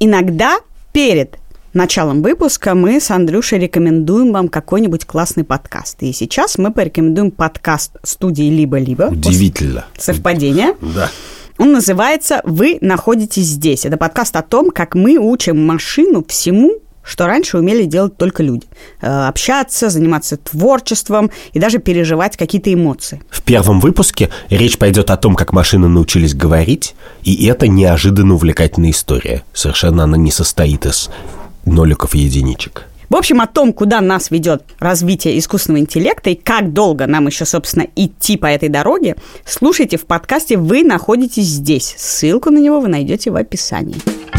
Иногда перед началом выпуска мы с Андрюшей рекомендуем вам какой-нибудь классный подкаст. И сейчас мы порекомендуем подкаст студии «Либо-либо». Удивительно. Совпадение. Да. Он называется «Вы находитесь здесь». Это подкаст о том, как мы учим машину всему, что раньше умели делать только люди. Общаться, заниматься творчеством и даже переживать какие-то эмоции. В первом выпуске речь пойдет о том, как машины научились говорить, и это неожиданно увлекательная история. Совершенно она не состоит из ноликов и единичек. В общем, о том, куда нас ведет развитие искусственного интеллекта и как долго нам еще, собственно, идти по этой дороге, слушайте в подкасте «Вы находитесь здесь». Ссылку на него вы найдете в описании.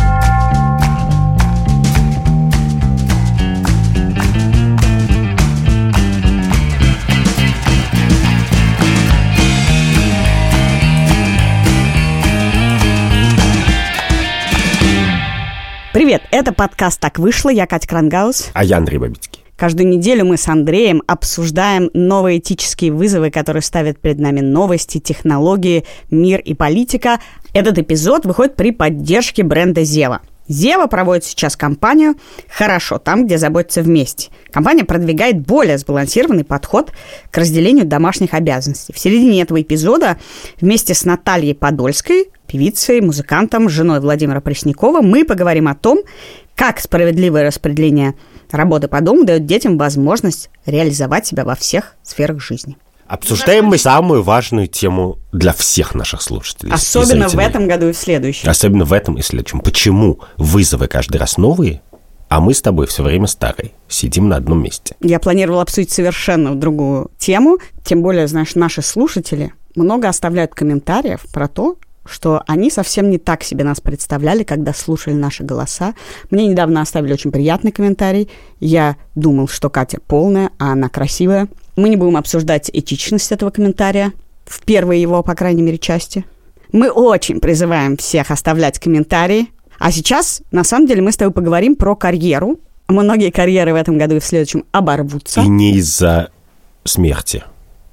Привет, это подкаст «Так вышло». Я Катя Крангаус. А я Андрей Бабицкий. Каждую неделю мы с Андреем обсуждаем новые этические вызовы, которые ставят перед нами новости, технологии, мир и политика. Этот эпизод выходит при поддержке бренда Зева. Зева проводит сейчас кампанию «Хорошо там, где заботятся вместе». Компания продвигает более сбалансированный подход к разделению домашних обязанностей. В середине этого эпизода вместе с Натальей Подольской, певицей, музыкантом, женой Владимира Преснякова, мы поговорим о том, как справедливое распределение работы по дому дает детям возможность реализовать себя во всех сферах жизни. Обсуждаем мы самую важную тему для всех наших слушателей. Особенно в этом году и в следующем. Особенно в этом и в следующем. Почему вызовы каждый раз новые, а мы с тобой все время старые, сидим на одном месте? Я планировала обсудить совершенно другую тему. Тем более, знаешь, наши слушатели много оставляют комментариев про то, что они совсем не так себе нас представляли, когда слушали наши голоса. Мне недавно оставили очень приятный комментарий. Я думал, что Катя полная, а она красивая. Мы не будем обсуждать этичность этого комментария в первой его, по крайней мере, части. Мы очень призываем всех оставлять комментарии. А сейчас, на самом деле, мы с тобой поговорим про карьеру. Многие карьеры в этом году и в следующем оборвутся. И не из-за смерти.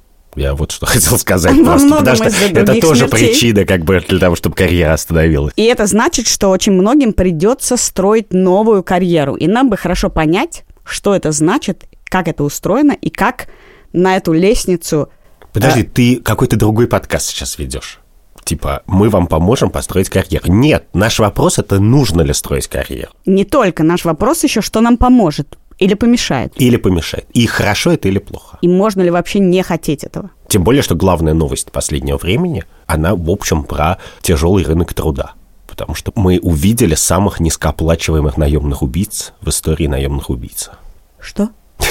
Я вот что хотел сказать просто, потому что это тоже причина как бы для того, чтобы карьера остановилась. И это значит, что очень многим придется строить новую карьеру. И нам бы хорошо понять, что это значит, как это устроено и как на эту лестницу... Подожди, ты какой-то другой подкаст сейчас ведешь. Типа, мы вам поможем построить карьеру. Нет, наш вопрос — это нужно ли строить карьеру. Не только. Наш вопрос еще, что нам поможет. Или помешает. Или помешает. И хорошо это или плохо. И можно ли вообще не хотеть этого? Тем более, что главная новость последнего времени, она, в общем, про тяжелый рынок труда. Потому что мы увидели самых низкооплачиваемых наемных убийц в истории наемных убийц. Что?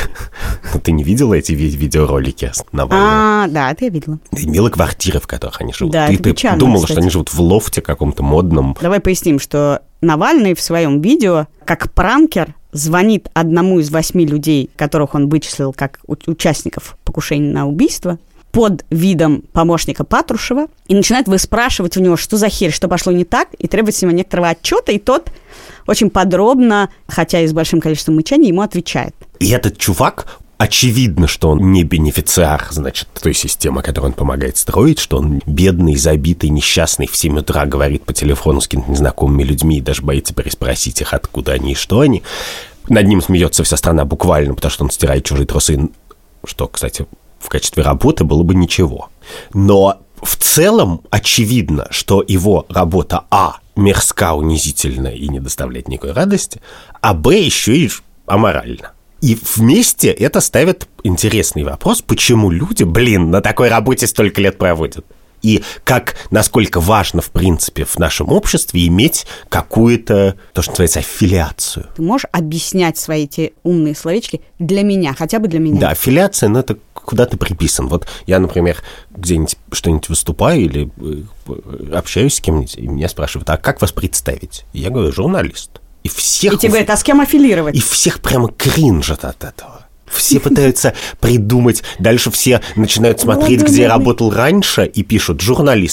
Ты не видела эти видеоролики с Навальным? Да, это я видела. Ты видела квартиры, в которых они живут? Да, ты думала, кстати, что они живут в лофте каком-то модном? Давай поясним, что Навальный в своем видео, как пранкер, звонит одному из 8 людей, которых он вычислил как участников покушения на убийство, под видом помощника Патрушева, и начинает выспрашивать у него, что за херь, что пошло не так, и требует с него некоторого отчета, и тот очень подробно, хотя и с большим количеством мычаний, ему отвечает. И этот чувак, очевидно, что он не бенефициар, значит, той системы, которую он помогает строить, что он бедный, забитый, несчастный, в 7 утра говорит по телефону с какими-то незнакомыми людьми и даже боится переспросить их, откуда они и что они. Над ним смеется вся страна буквально, потому что он стирает чужие трусы, что, кстати, в качестве работы было бы ничего. Но в целом очевидно, что его работа, мерзка, унизительна и не доставляет никакой радости, а еще и аморальна. И вместе это ставит интересный вопрос, почему люди, на такой работе столько лет проводят. И насколько важно, в принципе, в нашем обществе иметь какую-то, то, что называется, аффилиацию. Ты можешь объяснять свои эти умные словечки для меня, хотя бы для меня? Да, аффилиация, это куда ты приписан. Вот я, например, где-нибудь что-нибудь выступаю или общаюсь с кем-нибудь, и меня спрашивают, а как вас представить? И я говорю, журналист. И тебе говорят, а с кем аффилировать? И всех прямо кринжат от этого. Все пытаются придумать. Дальше все начинают смотреть, где я работал раньше, и пишут «журналист».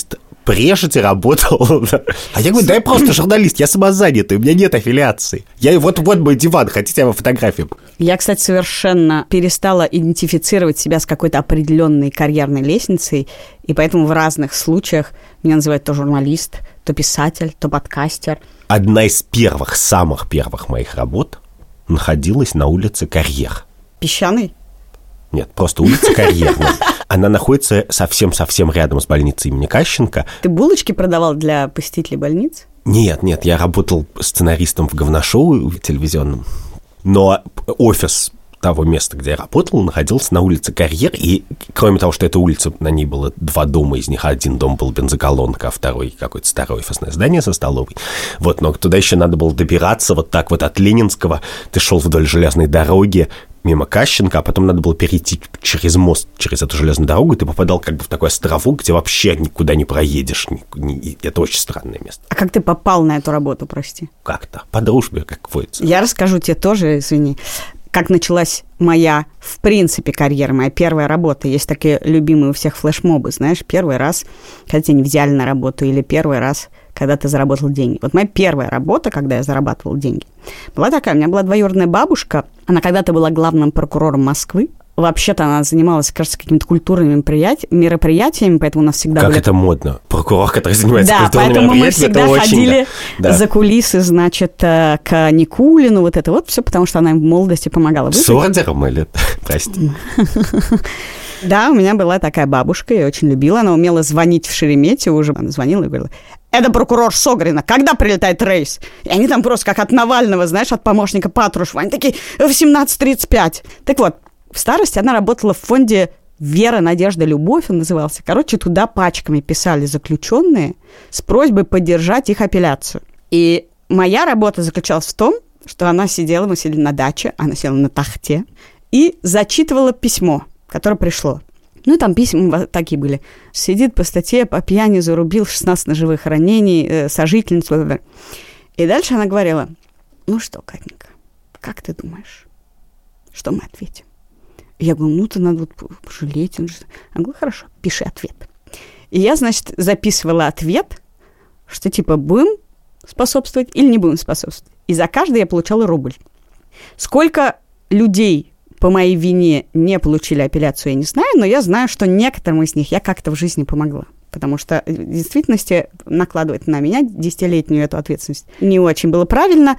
прежде работал. А я говорю, да я просто журналист, я самозанятый, у меня нет аффилиации. Вот мой диван, хотите, я вам фотографию? Я, кстати, совершенно перестала идентифицировать себя с какой-то определенной карьерной лестницей, и поэтому в разных случаях меня называют то журналист, то писатель, то подкастер. Одна из первых, самых первых моих работ находилась на улице Карьер. Песчаный? Нет, просто улица Карьерная. Она находится совсем-совсем рядом с больницей имени Кащенко. Ты булочки продавал для посетителей больниц? Нет, я работал сценаристом в говношоу телевизионном. Но офис того места, где я работал, находился на улице Карьер. И кроме того, что эта улица, на ней было 2 дома, из них один дом был бензоколонка, а второй какое-то старое офисное здание со столовой. Вот, но туда еще надо было добираться вот так вот от Ленинского. Ты шел вдоль железной дороги, мимо Кащенко, а потом надо было перейти через мост, через эту железную дорогу, и ты попадал как бы в такой островок, где вообще никуда не проедешь. Это очень странное место. А как ты попал на эту работу, прости? Как-то. По дружбе, как водится. Я расскажу тебе тоже, извини, как началась моя, в принципе, карьера, моя первая работа. Есть такие любимые у всех флешмобы, знаешь, первый раз, когда тебя не взяли на работу, или первый раз, когда ты заработал деньги. Вот моя первая работа, когда я зарабатывала деньги, была такая. У меня была двоюродная бабушка, она когда-то была главным прокурором Москвы. Вообще-то она занималась, кажется, какими-то культурными мероприятиями, поэтому у нас всегда Как это модно. Прокурор, который занимается культурными мероприятиями, мы мероприятиями, всегда ходили за кулисы, значит, к Никулину, вот это вот все, потому что она им в молодости помогала. С ордером или... Прости. Да, у меня была такая бабушка, я очень любила. Она умела звонить в Шереметьево уже. Она звонила и говорила: это прокурор Согрина, когда прилетает рейс? И они там просто как от Навального, знаешь, от помощника Патрушева. Они такие: в 17:35. Так вот, в старости она работала в фонде «Вера, Надежда, Любовь», он назывался. Короче, туда пачками писали заключенные с просьбой поддержать их апелляцию. И моя работа заключалась в том, что она сидела, мы сидели на даче, она села на тахте и зачитывала письмо, которое пришло. Ну, и там письма такие были. Сидит по статье, по пьяни зарубил 16 ножевых ранений, сожительницу. И дальше она говорила: ну что, Катенька, как ты думаешь, что мы ответим? Я говорю: ну, ты надо вот пожалеть. Она говорит: хорошо, пиши ответ. И я, значит, записывала ответ, что типа будем способствовать или не будем способствовать. И за каждый я получала рубль. Сколько людей по моей вине не получили апелляцию, я не знаю, но я знаю, что некоторым из них я как-то в жизни помогла. Потому что в действительности накладывать на меня 10-летнюю эту ответственность не очень было правильно.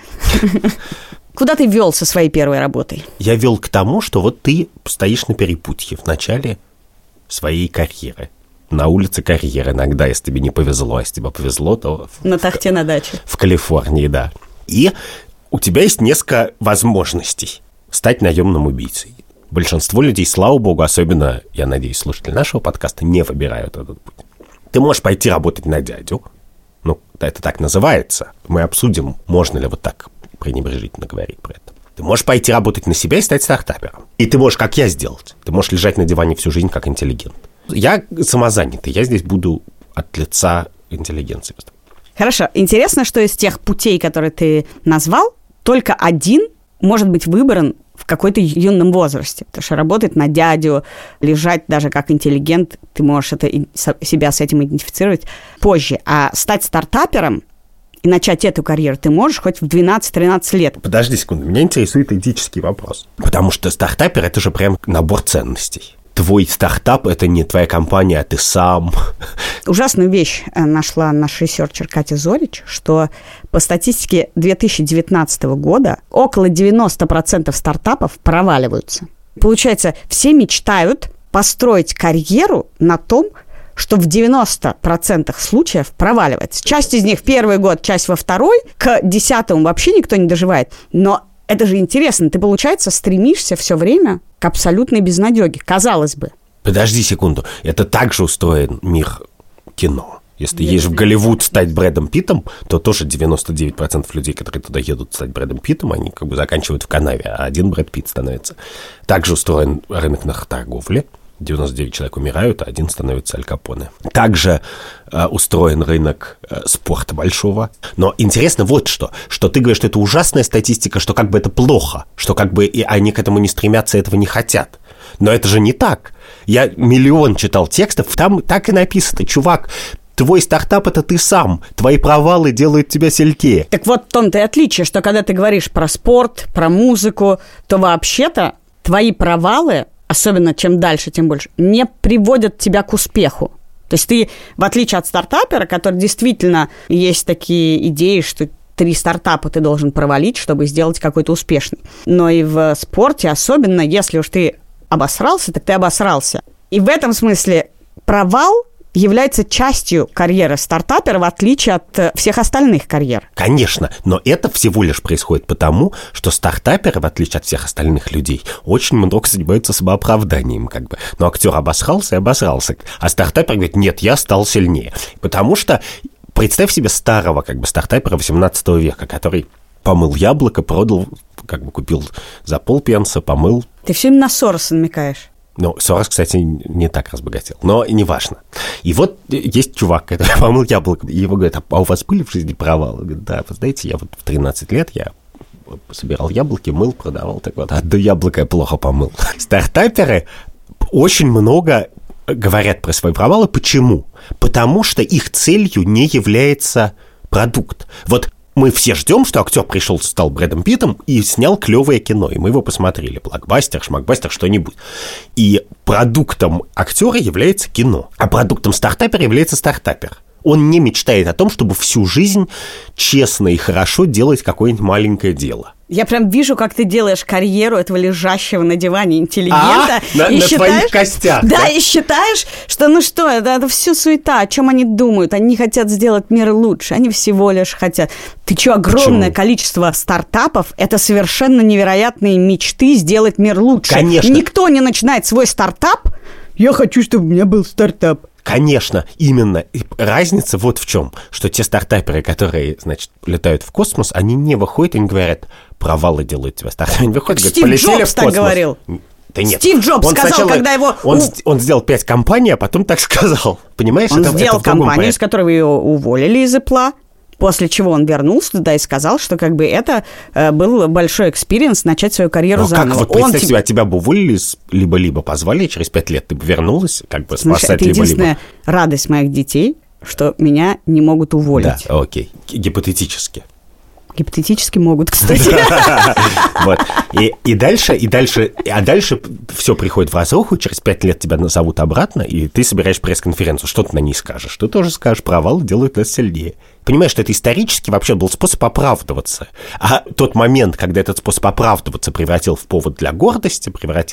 Куда ты вел со своей первой работой? Я вел к тому, что вот ты стоишь на перепутье в начале своей карьеры. На улице Карьер иногда, если тебе не повезло, а если тебе повезло, то... На тахте на даче. В Калифорнии, да. И у тебя есть несколько возможностей стать наемным убийцей. Большинство людей, слава богу, особенно, я надеюсь, слушатели нашего подкаста, не выбирают этот путь. Ты можешь пойти работать на дядю. Ну, это так называется. Мы обсудим, можно ли вот так пренебрежительно говорить про это. Ты можешь пойти работать на себя и стать стартапером. И ты можешь, как я, сделать. Ты можешь лежать на диване всю жизнь как интеллигент. Я самозанятый, я здесь буду от лица интеллигенции. Хорошо. Интересно, что из тех путей, которые ты назвал, только один может быть выбран в какой-то юном возрасте. Потому что работать на дядю, лежать даже как интеллигент, ты можешь себя с этим идентифицировать позже. А стать стартапером и начать эту карьеру ты можешь хоть в 12-13 лет. Подожди секунду, меня интересует этический вопрос. Потому что стартапер – это же прям набор ценностей. Твой стартап – это не твоя компания, а ты сам. Ужасную вещь нашла наш ресерчер Катя Зорич, что по статистике 2019 года около 90% стартапов проваливаются. Получается, все мечтают построить карьеру на том, что в 90% случаев проваливается. Часть из них в первый год, часть во второй, к 10-му вообще никто не доживает. Но это же интересно, ты, получается, стремишься все время к абсолютной безнадеге, казалось бы. Подожди секунду, это так же устроен мир кино. Если ты едешь в Голливуд стать Брэдом Питтом, то тоже 99% людей, которые туда едут стать Брэдом Питтом, они как бы заканчивают в канаве, а один Брэд Питт становится. Также устроен рынок наркоторговли. 99 человек умирают, а один становится Аль Капоне. Также устроен рынок спорта большого. Но интересно вот что ты говоришь, что это ужасная статистика, что как бы это плохо, что как бы и они к этому не стремятся, этого не хотят. Но это же не так. Я миллион читал текстов, там так и написано: чувак, Твой стартап – это ты сам. Твои провалы делают тебя сильнее. Так вот в том-то и отличие, что когда ты говоришь про спорт, про музыку, то вообще-то твои провалы, особенно чем дальше, тем больше, не приводят тебя к успеху. То есть ты, в отличие от стартапера, который действительно есть такие идеи, что 3 стартапа ты должен провалить, чтобы сделать какой-то успешный. Но и в спорте, особенно если уж ты обосрался, так ты обосрался. И в этом смысле провал является частью карьеры стартапера, в отличие от всех остальных карьер. Конечно, но это всего лишь происходит потому, что стартаперы, в отличие от всех остальных людей, очень много занимаются самооправданием, как бы. Но актер обосрался и обосрался, а стартапер говорит, нет, я стал сильнее. Потому что представь себе старого, как бы, стартапера 18 века, который помыл яблоко, продал, как бы купил за полпенса, помыл. Ты все время на Сороса намекаешь. Ну, Сорос, кстати, не так разбогател, но неважно. И вот есть чувак, который помыл яблоко, и его говорят, а у вас были в жизни провалы? Говорит, да, вы знаете, я вот в 13 лет, я собирал яблоки, мыл, продавал, так вот, одно яблоко я плохо помыл. Стартаперы очень много говорят про свои провалы. Почему? Потому что их целью не является продукт. Вот мы все ждем, что актер пришел, стал Брэдом Питтом и снял клевое кино, и мы его посмотрели. Блокбастер, шмакбастер, что-нибудь. И продуктом актера является кино, а продуктом стартапера является стартапер. Он не мечтает о том, чтобы всю жизнь честно и хорошо делать какое-нибудь маленькое дело. Я прям вижу, как ты делаешь карьеру этого лежащего на диване интеллигента. На твоих костях. Да, и считаешь, что это все суета. О чем они думают? Они не хотят сделать мир лучше. Они всего лишь хотят. Ты что, огромное количество стартапов – это совершенно невероятные мечты сделать мир лучше. Конечно. Никто не начинает свой стартап. Я хочу, чтобы у меня был стартап. Конечно, именно. И разница вот в чем, что те стартаперы, которые, значит, летают в космос, они не выходят и не говорят, провалы делают тебя стартапером. Они выходят, говорят, полетели в космос. Стив Джобс так говорил. Да нет. Стив Джобс сказал, сначала, когда его... Он сделал 5 компаний, а потом так сказал. Понимаешь? Он сделал компанию, с которой его уволили из Apple. После чего он вернулся туда и сказал, что как бы это был большой экспириенс начать свою карьеру заново. Как вот представь себе, тебя бы уволили, либо позвали, через 5 лет ты бы вернулась, как бы спасать, это единственная радость моих детей, что меня не могут уволить. Да, окей, гипотетически. Гипотетически могут, кстати. Вот. И дальше все приходит в разруху, через 5 лет тебя назовут обратно, и ты собираешь пресс-конференцию. Что ты на ней скажешь? Ты тоже скажешь, провал делает нас сильнее. Понимаешь, что это исторически вообще был способ оправдываться. А тот момент, когда этот способ оправдываться превратил в повод для гордости,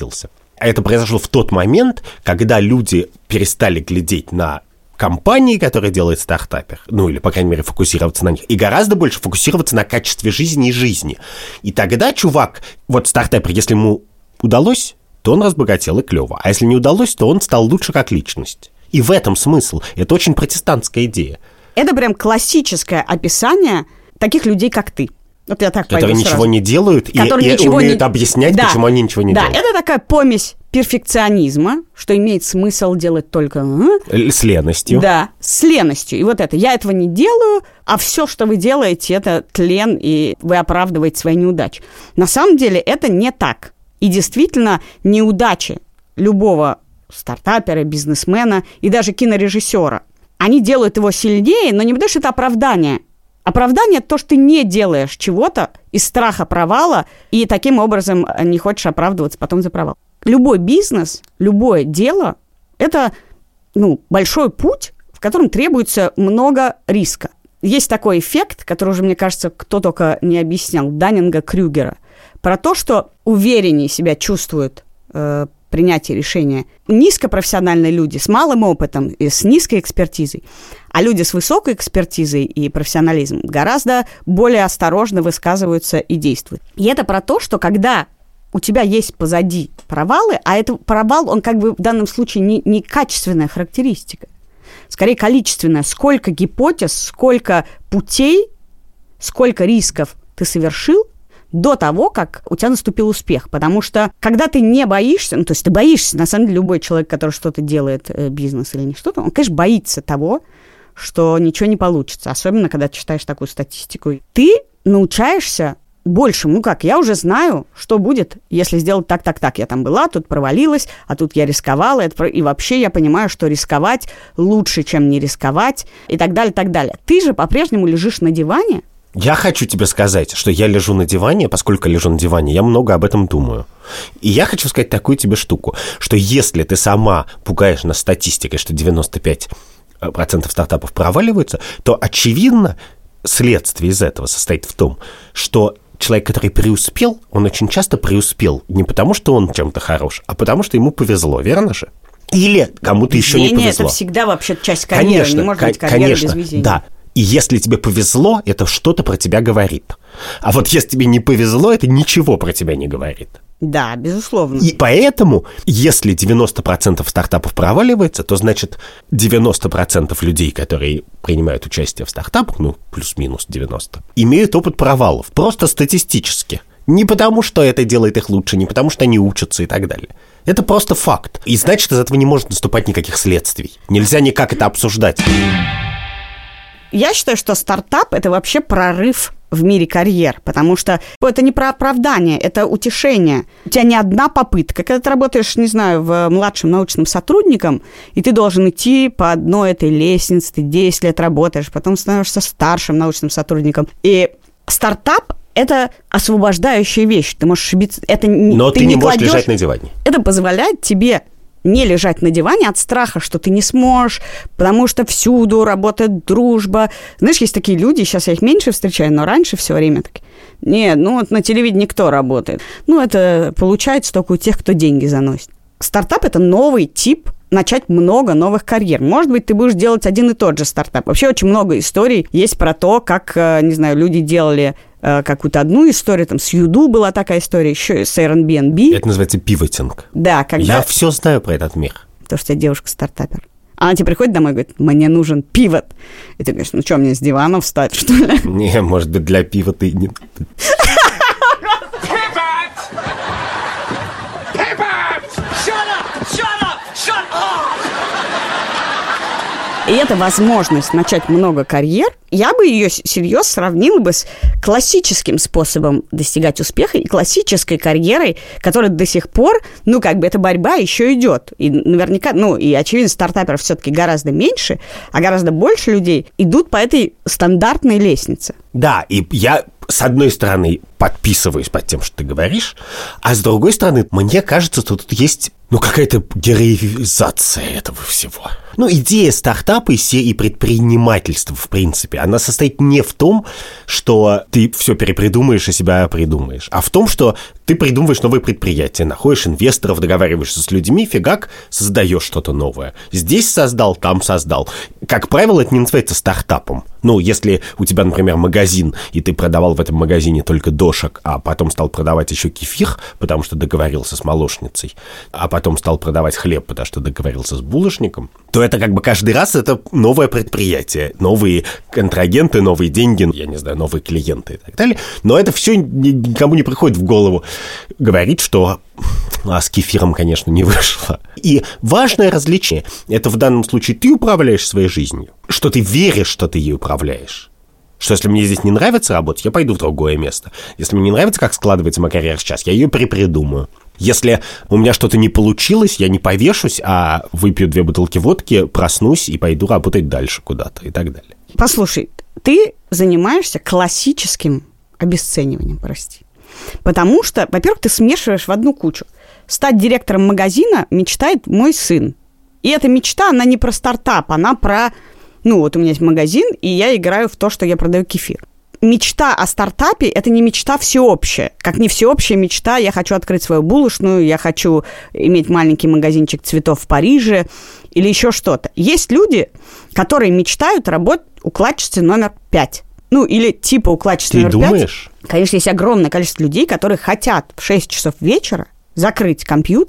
а это произошло в тот момент, когда люди перестали глядеть на компании, которые делают стартапер, ну или, по крайней мере, фокусироваться на них, и гораздо больше фокусироваться на качестве жизни и жизни. И тогда чувак, вот стартапер, если ему удалось, то он разбогател и клево, а если не удалось, то он стал лучше как личность. И в этом смысл. Это очень протестантская идея. Это прям классическое описание таких людей, как ты. Вот я так которые ничего сразу. Не делают и умеют объяснять, да, почему они ничего не делают. Да, это такая помесь перфекционизма, что имеет смысл делать только... С леностью. Да, с леностью. И вот это, я этого не делаю, а все, что вы делаете, это тлен, и вы оправдываете свои неудачи. На самом деле это не так. И действительно, неудачи любого стартапера, бизнесмена и даже кинорежиссера, они делают его сильнее, но не потому, что это оправдание. Оправдание – это то, что ты не делаешь чего-то из страха провала, и таким образом не хочешь оправдываться потом за провал. Любой бизнес, любое дело – это большой путь, в котором требуется много риска. Есть такой эффект, который уже, мне кажется, кто только не объяснял, Даннинга-Крюгера, про то, что увереннее себя чувствуют принятие решения низкопрофессиональные люди с малым опытом и с низкой экспертизой, а люди с высокой экспертизой и профессионализмом гораздо более осторожно высказываются и действуют. И это про то, что когда у тебя есть позади провалы, а это провал, он как бы в данном случае не качественная характеристика, скорее количественная. Сколько гипотез, сколько путей, сколько рисков ты совершил до того, как у тебя наступил успех. Потому что, когда ты не боишься, то есть ты боишься, на самом деле, любой человек, который что-то делает, бизнес или не что-то, он, конечно, боится того, что ничего не получится. Особенно, когда ты читаешь такую статистику. Ты научаешься большим. Ну как, я уже знаю, что будет, если сделать так. Я там была, тут провалилась, а тут я рисковала. И вообще я понимаю, что рисковать лучше, чем не рисковать, и так далее, так далее. Ты же по-прежнему лежишь на диване. Я хочу тебе сказать, что я лежу на диване, поскольку лежу на диване, я много об этом думаю. И я хочу сказать такую тебе штуку, что если ты сама пугаешь нас статистикой, что 95% стартапов проваливаются, то, очевидно, следствие из этого состоит в том, что человек, который преуспел, он очень часто преуспел не потому, что он чем-то хорош, а потому, что ему повезло, верно же? Или кому-то еще не повезло. Нет, это всегда вообще часть карьеры. Конечно, не может быть карьера без везения. Да. И если тебе повезло, это что-то про тебя говорит. А вот если тебе не повезло, это ничего про тебя не говорит. Да, безусловно. И поэтому, если 90% стартапов проваливается, то, значит, 90% людей, которые принимают участие в стартапах, ну, плюс-минус 90, имеют опыт провалов, просто статистически. Не потому, что это делает их лучше, не потому, что они учатся и так далее. Это просто факт. И значит, из этого не может наступать никаких следствий. Нельзя никак это обсуждать. Я считаю, что стартап – это вообще прорыв в мире карьер, потому что это не про оправдание, это утешение. У тебя не одна попытка. Когда ты работаешь, не знаю, младшим научным сотрудником, и ты должен идти по одной этой лестнице, ты 10 лет работаешь, потом становишься старшим научным сотрудником. И стартап – это освобождающая вещь. Ты можешь ошибиться. Но ты не можешь лежать на диване. Это позволяет тебе не лежать на диване от страха, что ты не сможешь, потому что всюду работает дружба. Знаешь, есть такие люди, сейчас я их меньше встречаю, но раньше все время такие: нет, ну вот на телевидении кто работает? Ну, это получается только у тех, кто деньги заносит. Стартап – это новый тип начать много новых карьер. Может быть, ты будешь делать один и тот же стартап. Вообще очень много историй есть про то, как, не знаю, люди делали какую-то одну историю, там, с Юду была такая история, еще с Airbnb. Это называется пивотинг. Да, когда... Я все знаю про этот мир. Потому что у тебя девушка-стартапер. Она тебе приходит домой и говорит: мне нужен пивот. И ты говоришь: ну что, мне с дивана встать, что ли? Не, может быть, для пива ты не... И эта возможность начать много карьер, я бы ее всерьез сравнила бы с классическим способом достигать успеха и классической карьерой, которая до сих пор, ну, как бы эта борьба еще идет. И наверняка, ну, и очевидно, стартаперов все-таки гораздо меньше, а гораздо больше людей идут по этой стандартной лестнице. Да, и я, с одной стороны, подписываюсь под тем, что ты говоришь, а с другой стороны, мне кажется, что тут есть, ну, какая-то героизация этого всего. Ну, идея стартапа и предпринимательства, в принципе, она состоит не в том, что ты все перепридумаешь и себя придумаешь, а в том, что ты придумываешь новые предприятия, находишь инвесторов, договариваешься с людьми, фигак, создаешь что-то новое. Здесь создал, там создал. Как правило, это не называется стартапом. Ну, если у тебя, например, магазин, и ты продавал в этом магазине только дошек, а потом стал продавать еще кефир, потому что договорился с молочницей, а потом стал продавать хлеб, потому что договорился с булочником, то это как бы каждый раз это новое предприятие, новые контрагенты, новые деньги, я не знаю, новые клиенты и так далее. Но это все никому не приходит в голову говорить, что с кефиром, конечно, не вышло. И важное различие – это в данном случае ты управляешь своей жизнью, что ты веришь, что ты ей управляешь. Что если мне здесь не нравится работать, я пойду в другое место. Если мне не нравится, как складывается моя карьера сейчас, я ее перепридумаю. Если у меня что-то не получилось, я не повешусь, а выпью 2 бутылки водки, проснусь и пойду работать дальше куда-то и так далее. Послушай, ты занимаешься классическим обесцениванием, прости. Потому что, во-первых, ты смешиваешь в одну кучу. Стать директором магазина мечтает мой сын. И эта мечта, она не про стартап, она про... Ну, вот у меня есть магазин, и я играю в то, что я продаю кефир. Мечта о стартапе – это не мечта всеобщая. Как не всеобщая мечта, я хочу открыть свою булочную, я хочу иметь маленький магазинчик цветов в Париже или еще что-то. Есть люди, которые мечтают работать укладчицей номер 5. Ну, или типа укладчицы номер 5. Ты думаешь? Конечно, есть огромное количество людей, которые хотят в 6 часов вечера закрыть компьютер,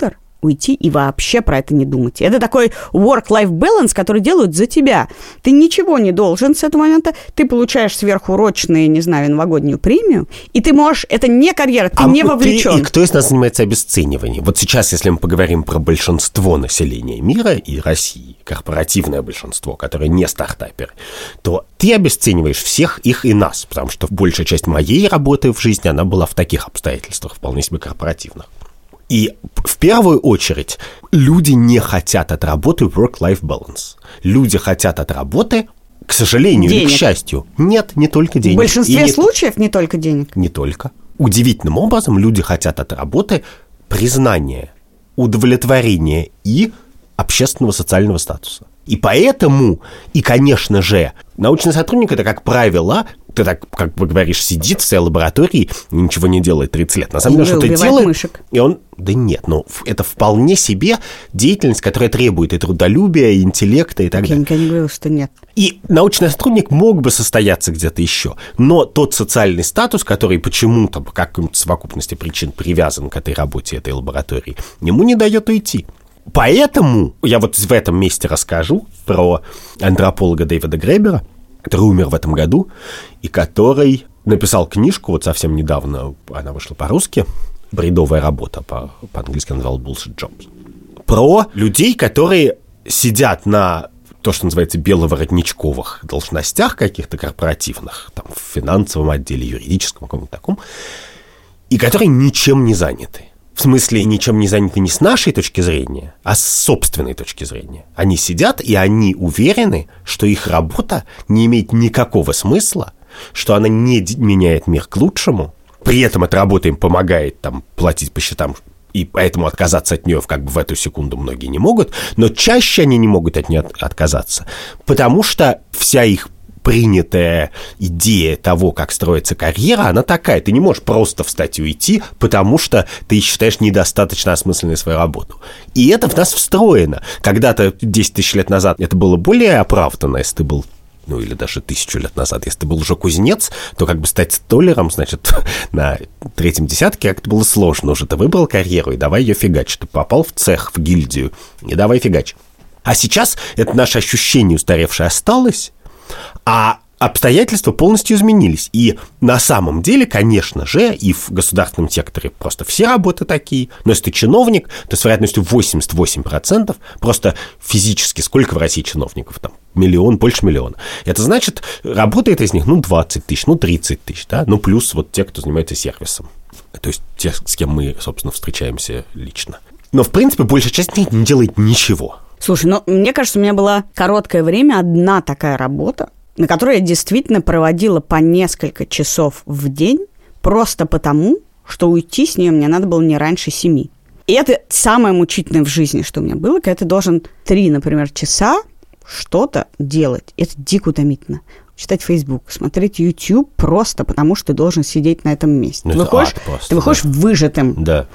уйти и вообще про это не думать. Это такой work-life balance, который делают за тебя. Ты ничего не должен с этого момента, ты получаешь сверхурочные, не знаю, новогоднюю премию, и ты можешь, это не карьера, ты не вовлечен. И кто из нас занимается обесцениванием? Вот сейчас, если мы поговорим про большинство населения мира и России, корпоративное большинство, которое не стартаперы, то ты обесцениваешь всех их и нас, потому что большая часть моей работы в жизни, она была в таких обстоятельствах, вполне себе корпоративных. И в первую очередь люди не хотят от работы work-life balance. Люди хотят от работы, к сожалению, или к счастью. Нет, не только денег. В большинстве случаев не только денег. Не только. Удивительным образом люди хотят от работы признания, удовлетворения и общественного социального статуса. И поэтому, и, конечно же, научный сотрудник – это, как правило, ты так, как бы говоришь, сидит в своей лаборатории, ничего не делает 30 лет. На самом деле, что-то делает, мышек. И он... Да нет, ну, это вполне себе деятельность, которая требует и трудолюбия, и интеллекта, и так далее. Я никогда не говорила, что нет. И научный сотрудник мог бы состояться где-то еще, но тот социальный статус, который почему-то, по какой-то совокупности причин привязан к этой работе, этой лаборатории, ему не дает уйти. Поэтому я вот в этом месте расскажу про антрополога Дэвида Гребера, который умер в этом году, и который написал книжку, вот совсем недавно она вышла по-русски, бредовая работа, по-английски называл Bullshit Jobs, про людей, которые сидят на то, что называется беловоротничковых должностях каких-то корпоративных, там, в финансовом отделе, юридическом, каком-то таком, и которые ничем не заняты. В смысле, ничем не заняты не с нашей точки зрения, а с собственной точки зрения. Они сидят, и они уверены, что их работа не имеет никакого смысла, что она не меняет мир к лучшему. При этом эта работа им помогает там, платить по счетам, и поэтому отказаться от нее как бы в эту секунду многие не могут, но чаще они не могут от нее отказаться, потому что вся их принятая идея того, как строится карьера, она такая. Ты не можешь просто встать и уйти, потому что ты считаешь недостаточно осмысленной свою работу. И это в нас встроено. Когда-то 10 тысяч лет назад это было более оправданно, если ты был, ну или даже 1000 лет назад, если ты был уже кузнец, то как бы стать столяром, значит, на 3-м десятке как-то было сложно уже. Ты выбрал карьеру, и давай ее фигачь. Ты попал в цех, в гильдию, и давай фигачь. А сейчас это наше ощущение устаревшее осталось, а обстоятельства полностью изменились. И на самом деле, конечно же, и в государственном секторе просто все работы такие. Но если ты чиновник, то с вероятностью 88% просто физически, сколько в России чиновников? Там миллион, больше миллиона. Это значит, работает из них, 20 тысяч, 30 тысяч, да? Плюс вот те, кто занимается сервисом. То есть те, с кем мы, собственно, встречаемся лично. Но, в принципе, большая часть не делает ничего. Слушай, мне кажется, у меня была короткое время одна такая работа, на которой я действительно проводила по несколько часов в день, просто потому, что уйти с нее мне надо было не раньше 7. И это самое мучительное в жизни, что у меня было, когда ты должен 3, например, часа что-то делать. Это дико утомительно. Читать Facebook, смотреть YouTube просто потому, что ты должен сидеть на этом месте. Ты выходишь выжатым. Да.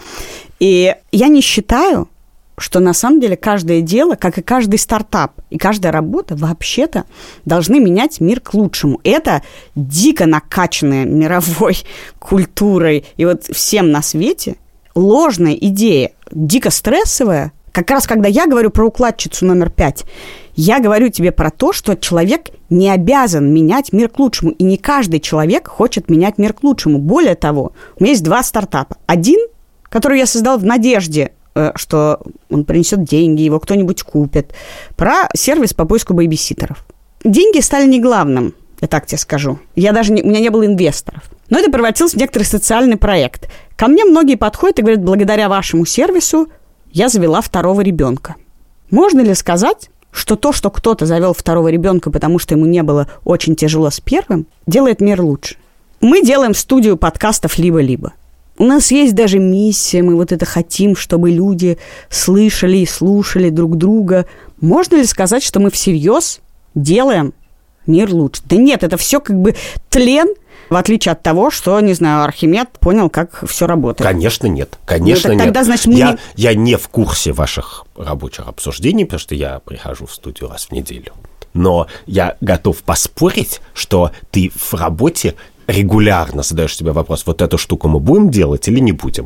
И я не считаю, что на самом деле каждое дело, как и каждый стартап, и каждая работа вообще-то должны менять мир к лучшему. Это дико накачанная мировой культурой и вот всем на свете ложная идея, дико стрессовая. Как раз когда я говорю про укладчицу номер 5, я говорю тебе про то, что человек не обязан менять мир к лучшему, и не каждый человек хочет менять мир к лучшему. Более того, у меня есть 2 стартапа. Один, который я создал в надежде, что он принесет деньги, его кто-нибудь купит, про сервис по поиску бэйбиситеров. Деньги стали не главным, я так тебе скажу. У меня не было инвесторов. Но это превратилось в некоторый социальный проект. Ко мне многие подходят и говорят, благодаря вашему сервису я завела 2-го ребенка. Можно ли сказать, что то, что кто-то завел 2-го ребенка, потому что ему не было очень тяжело с 1-м, делает мир лучше? Мы делаем студию подкастов «Либо-либо». У нас есть даже миссия, мы вот это хотим, чтобы люди слышали и слушали друг друга. Можно ли сказать, что мы всерьез делаем мир лучше? Да нет, это все как бы тлен, в отличие от того, что, не знаю, Архимед понял, как все работает. Конечно, нет. Конечно, нет. Тогда, значит, я не в курсе ваших рабочих обсуждений, потому что я прихожу в студию раз в неделю. Но я готов поспорить, что ты в работе регулярно задаешь себе вопрос, вот эту штуку мы будем делать или не будем?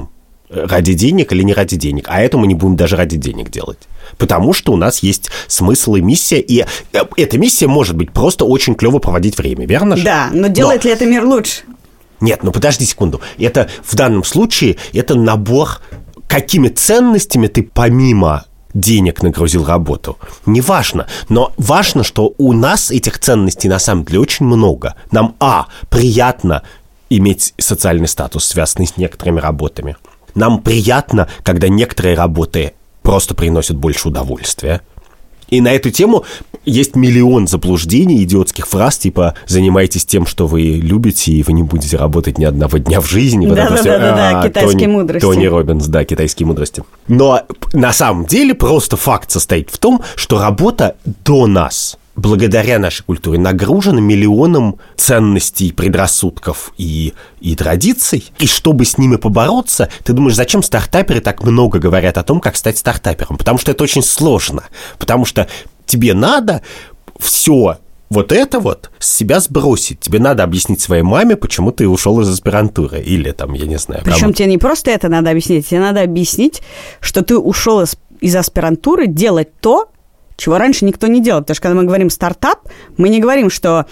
ради денег или не ради денег, а это мы не будем даже ради денег делать. Потому что у нас есть смысл и миссия, и эта миссия может быть просто очень клево проводить время, верно же? Да, но делает ли это мир лучше? Нет, ну подожди секунду. Это в данном случае это набор, какими ценностями ты помимо денег нагрузил работу. Неважно, но важно, что у нас этих ценностей на самом деле очень много. Нам, приятно иметь социальный статус, связанный с некоторыми работами. Нам приятно, когда некоторые работы просто приносят больше удовольствия. И на эту тему есть миллион заблуждений, идиотских фраз, типа «занимайтесь тем, что вы любите, и вы не будете работать ни одного дня в жизни». Да, китайские мудрости. Тони Роббинс, да, китайские мудрости. Но на самом деле просто факт состоит в том, что работа до нас, благодаря нашей культуре, нагружена миллионом ценностей, предрассудков и традиций. И чтобы с ними побороться, ты думаешь, зачем стартаперы так много говорят о том, как стать стартапером? Потому что это очень сложно. Потому что тебе надо все вот это вот с себя сбросить. Тебе надо объяснить своей маме, почему ты ушел из аспирантуры. Или там, я не знаю. Причем тебе не просто это надо объяснить, тебе надо объяснить, что ты ушел из аспирантуры делать то, чего раньше никто не делал. Потому что когда мы говорим стартап, мы не говорим, что,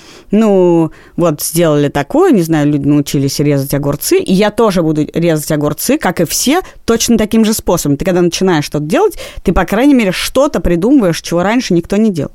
сделали такое, не знаю, люди научились резать огурцы, и я тоже буду резать огурцы, как и все, точно таким же способом. Ты когда начинаешь что-то делать, ты, по крайней мере, что-то придумываешь, чего раньше никто не делал.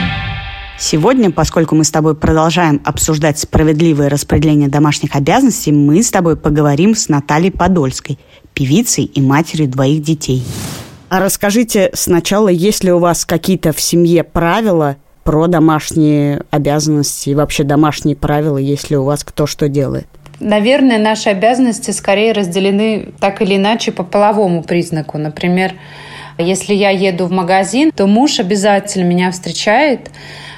Сегодня, поскольку мы с тобой продолжаем обсуждать справедливое распределение домашних обязанностей, мы с тобой поговорим с Натальей Подольской, певицей и матерью 2 детей. А расскажите сначала, есть ли у вас какие-то в семье правила про домашние обязанности и вообще домашние правила, есть ли у вас кто что делает? Наверное, наши обязанности скорее разделены так или иначе по половому признаку. Например, если я еду в магазин, то муж обязательно меня встречает,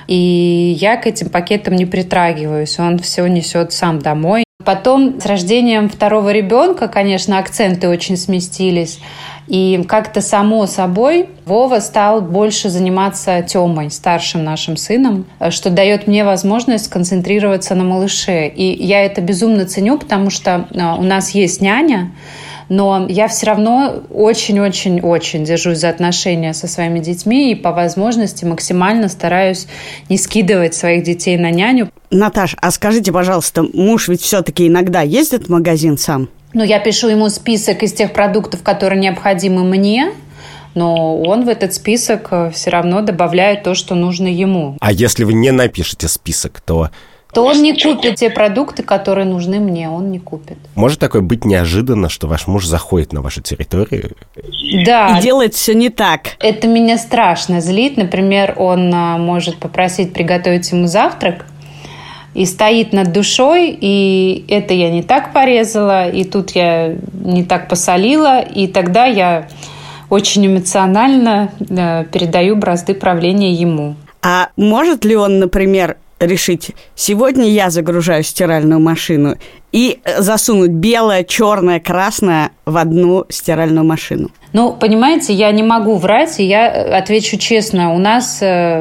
и я к этим пакетам не притрагиваюсь. Он все несет сам домой. Потом с рождением 2-го ребенка, конечно, акценты очень сместились. И как-то само собой Вова стал больше заниматься Тёмой, старшим нашим сыном, что дает мне возможность сконцентрироваться на малыше. И я это безумно ценю, потому что у нас есть няня, но я все равно очень-очень-очень держусь за отношения со своими детьми и по возможности максимально стараюсь не скидывать своих детей на няню. Наташ, а скажите, пожалуйста, муж ведь все-таки иногда ездит в магазин сам? Я пишу ему список из тех продуктов, которые необходимы мне, но он в этот список все равно добавляет то, что нужно ему. А если вы не напишете список, то он не купит те продукты, которые нужны мне, он не купит. Может такое быть неожиданно, что ваш муж заходит на вашу территорию? Да. И делает все не так. Это меня страшно злит. Например, он может попросить приготовить ему завтрак, и стоит над душой, и это я не так порезала, и тут я не так посолила, и тогда я очень эмоционально передаю бразды правления ему. А может ли он, например, решить, сегодня я загружаю стиральную машину и засунуть белое, черное, красное в одну стиральную машину? Понимаете, я не могу врать, и я отвечу честно. У нас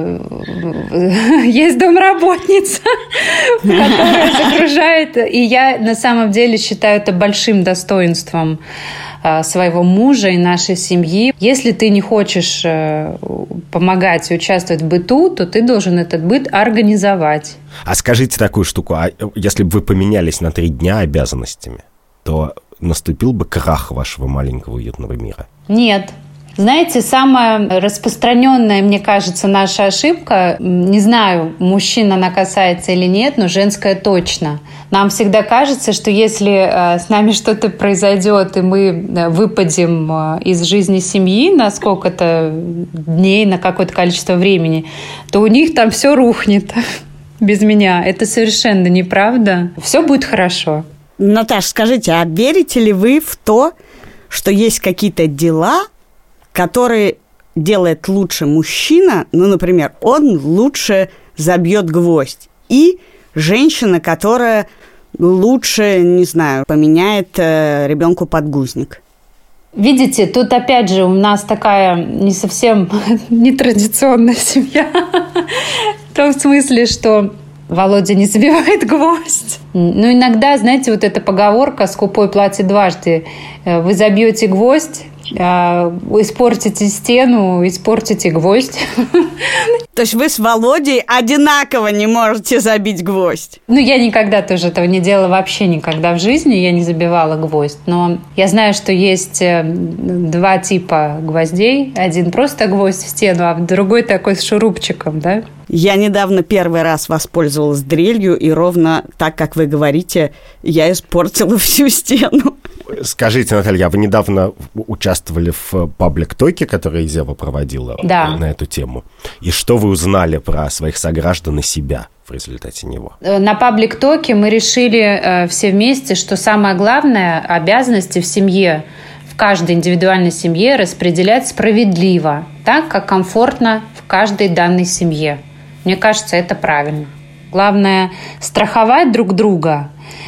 есть домработница, которая загружает, и я на самом деле считаю это большим достоинством своего мужа и нашей семьи. Если ты не хочешь помогать и участвовать в быту, то ты должен этот быт организовать. А скажите такую штуку, а если бы вы поменялись на 3 дня обязанностями, то наступил бы крах вашего маленького уютного мира? Нет. Знаете, самая распространенная, мне кажется, наша ошибка, не знаю, мужчин она касается или нет, но женская точно. Нам всегда кажется, что если с нами что-то произойдет, и мы выпадем из жизни семьи на сколько-то дней, на какое-то количество времени, то у них там все рухнет без меня. Это совершенно неправда. Все будет хорошо. Наташ, скажите, а верите ли вы в то, что есть какие-то дела, которые делает лучше мужчина, например, он лучше забьет гвоздь, и женщина, которая лучше, не знаю, поменяет ребенку подгузник? Видите, тут опять же у нас такая не совсем нетрадиционная семья, в том смысле, что Володя не забивает гвоздь. Ну, иногда, знаете, вот эта поговорка «скупой платит дважды». Вы забьете гвоздь, испортите стену, испортите гвоздь. То есть вы с Володей одинаково не можете забить гвоздь? Ну, я никогда тоже этого не делала, вообще никогда в жизни. Я не забивала гвоздь. Но я знаю, что есть два типа гвоздей. Один просто гвоздь в стену, а другой такой с шурупчиком, да? Я недавно первый раз воспользовалась дрелью, и ровно так, как вы говорите, я испортила всю стену. Скажите, Наталья, вы недавно участвовали в паблик-токе, который Зева проводила на эту тему. И что вы узнали про своих сограждан и себя в результате него? На паблик-токе мы решили все вместе, что самое главное – обязанности в семье, в каждой индивидуальной семье распределять справедливо, так, как комфортно в каждой данной семье. Мне кажется, это правильно. Главное – страховать друг друга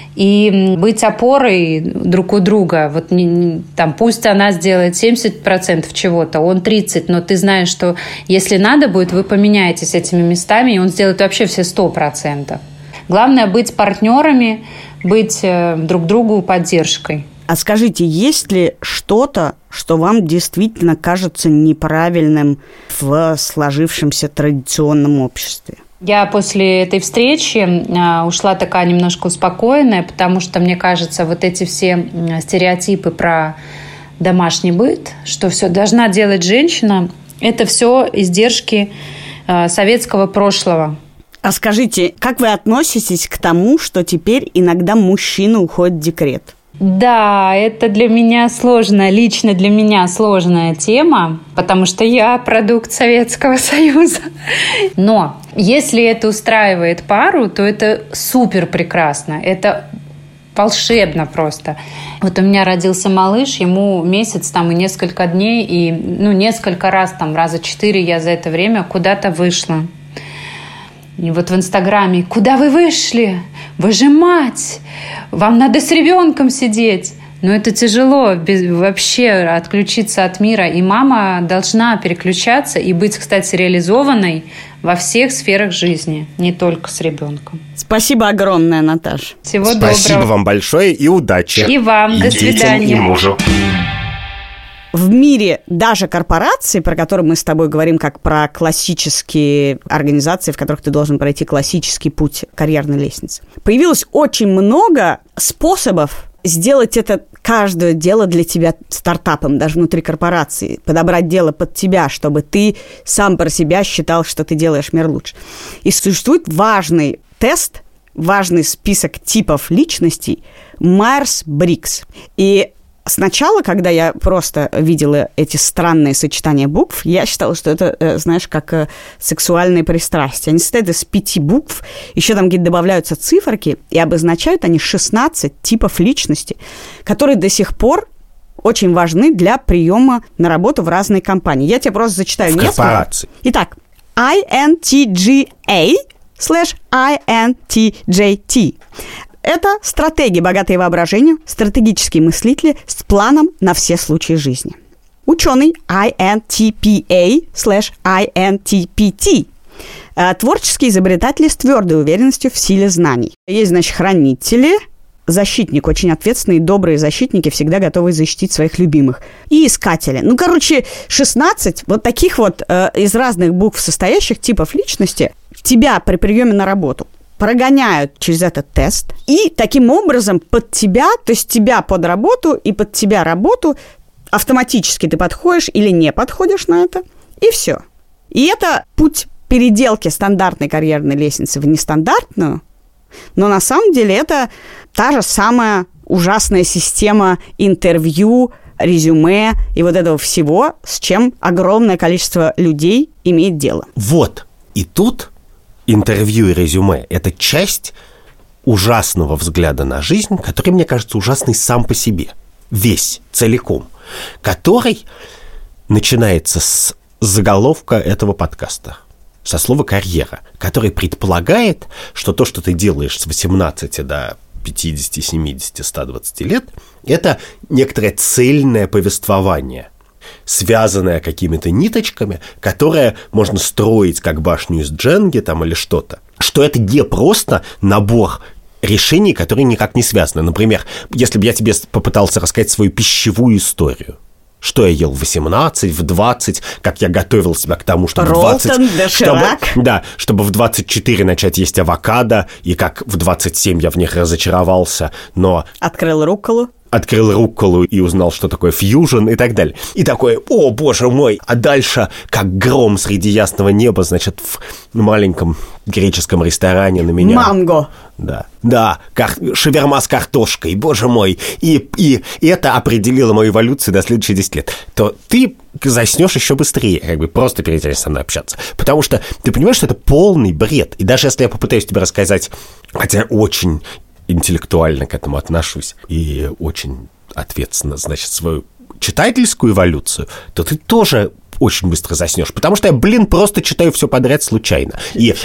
и быть опорой друг у друга. Вот там, пусть она сделает 70% чего-то, он 30%, но ты знаешь, что если надо будет, вы поменяетесь этими местами, и он сделает вообще все 100%. Главное быть партнерами, быть друг другу поддержкой. А скажите, есть ли что-то, что вам действительно кажется неправильным в сложившемся традиционном обществе? Я после этой встречи ушла такая немножко успокоенная, потому что, мне кажется, вот эти все стереотипы про домашний быт, что все должна делать женщина, это все издержки советского прошлого. А скажите, как вы относитесь к тому, что теперь иногда мужчина уходит в декрет? Да, это для меня сложная, лично для меня сложная тема, потому что я продукт Советского Союза. Но если это устраивает пару, то это супер прекрасно, это волшебно просто. Вот у меня родился малыш, ему месяц там и несколько дней, и несколько раз, там раза 4 я за это время куда-то вышла. И вот в Инстаграме: куда вы вышли? Вы же мать! Вам надо с ребенком сидеть. Но это тяжело вообще отключиться от мира. И мама должна переключаться и быть, кстати, реализованной во всех сферах жизни, не только с ребенком. Спасибо огромное, Наташа. Всего доброго. Спасибо вам большое и удачи. И вам. До свидания. И мужу. В мире даже корпораций, про которые мы с тобой говорим как про классические организации, в которых ты должен пройти классический путь карьерной лестницы, появилось очень много способов сделать это каждое дело для тебя стартапом, даже внутри корпорации, подобрать дело под тебя, чтобы ты сам про себя считал, что ты делаешь мир лучше. И существует важный тест, важный список типов личностей Майерс-Бриггс. И сначала, когда я просто видела эти странные сочетания букв, я считала, что это, знаешь, как сексуальные пристрастия. Они состоят из 5 букв, еще там где-то добавляются циферки, и обозначают они 16 типов личности, которые до сих пор очень важны для приема на работу в разные компании. Я тебе просто зачитаю несколько. Корпорации. Итак, INTJA/INTJT. Это стратеги, богатые воображением, стратегические мыслители с планом на все случаи жизни. Ученый INTPA/INTPT. Творческие изобретатели с твердой уверенностью в силе знаний. Есть, значит, хранители, защитник, очень ответственные, добрые защитники, всегда готовые защитить своих любимых. И искатели. 16 вот таких вот из разных букв состоящих типов личности тебя при приеме на работу прогоняют через этот тест, и таким образом под тебя, то есть тебя под работу и под тебя работу, автоматически ты подходишь или не подходишь на это, и все. И это путь переделки стандартной карьерной лестницы в нестандартную, но на самом деле это та же самая ужасная система интервью, резюме и вот этого всего, с чем огромное количество людей имеет дело. Вот, и тут интервью и резюме – это часть ужасного взгляда на жизнь, который, мне кажется, ужасный сам по себе, весь, целиком, который начинается с заголовка этого подкаста, со слова «карьера», который предполагает, что то, что ты делаешь с 18 до 50, 70, 120 лет, это некоторое цельное повествование, связанная какими-то ниточками, которое можно строить как башню из Дженги там, или что-то. что это не просто набор решений, которые никак не связаны. Например, если бы я тебе попытался рассказать свою пищевую историю, что я ел в 18, в 20, как я готовил себя к тому, чтобы Ролтон, чтобы в 24 начать есть авокадо, и как в 27 я в них разочаровался, но... Открыл рукколу и узнал, что такое фьюжн и так далее. И такой, о, боже мой, а дальше, как гром среди ясного неба, значит, в маленьком греческом ресторане на меня... Манго. Да, шаверма с картошкой, боже мой. И это определило мою эволюцию до следующих 10 лет. То ты заснешь еще быстрее, как бы просто перестанешь со мной общаться. Потому что ты понимаешь, что это полный бред. И даже если я попытаюсь тебе рассказать, хотя очень... интеллектуально к этому отношусь и очень ответственно, значит, свою читательскую эволюцию, то ты тоже очень быстро заснешь, потому что я, просто читаю все подряд случайно. И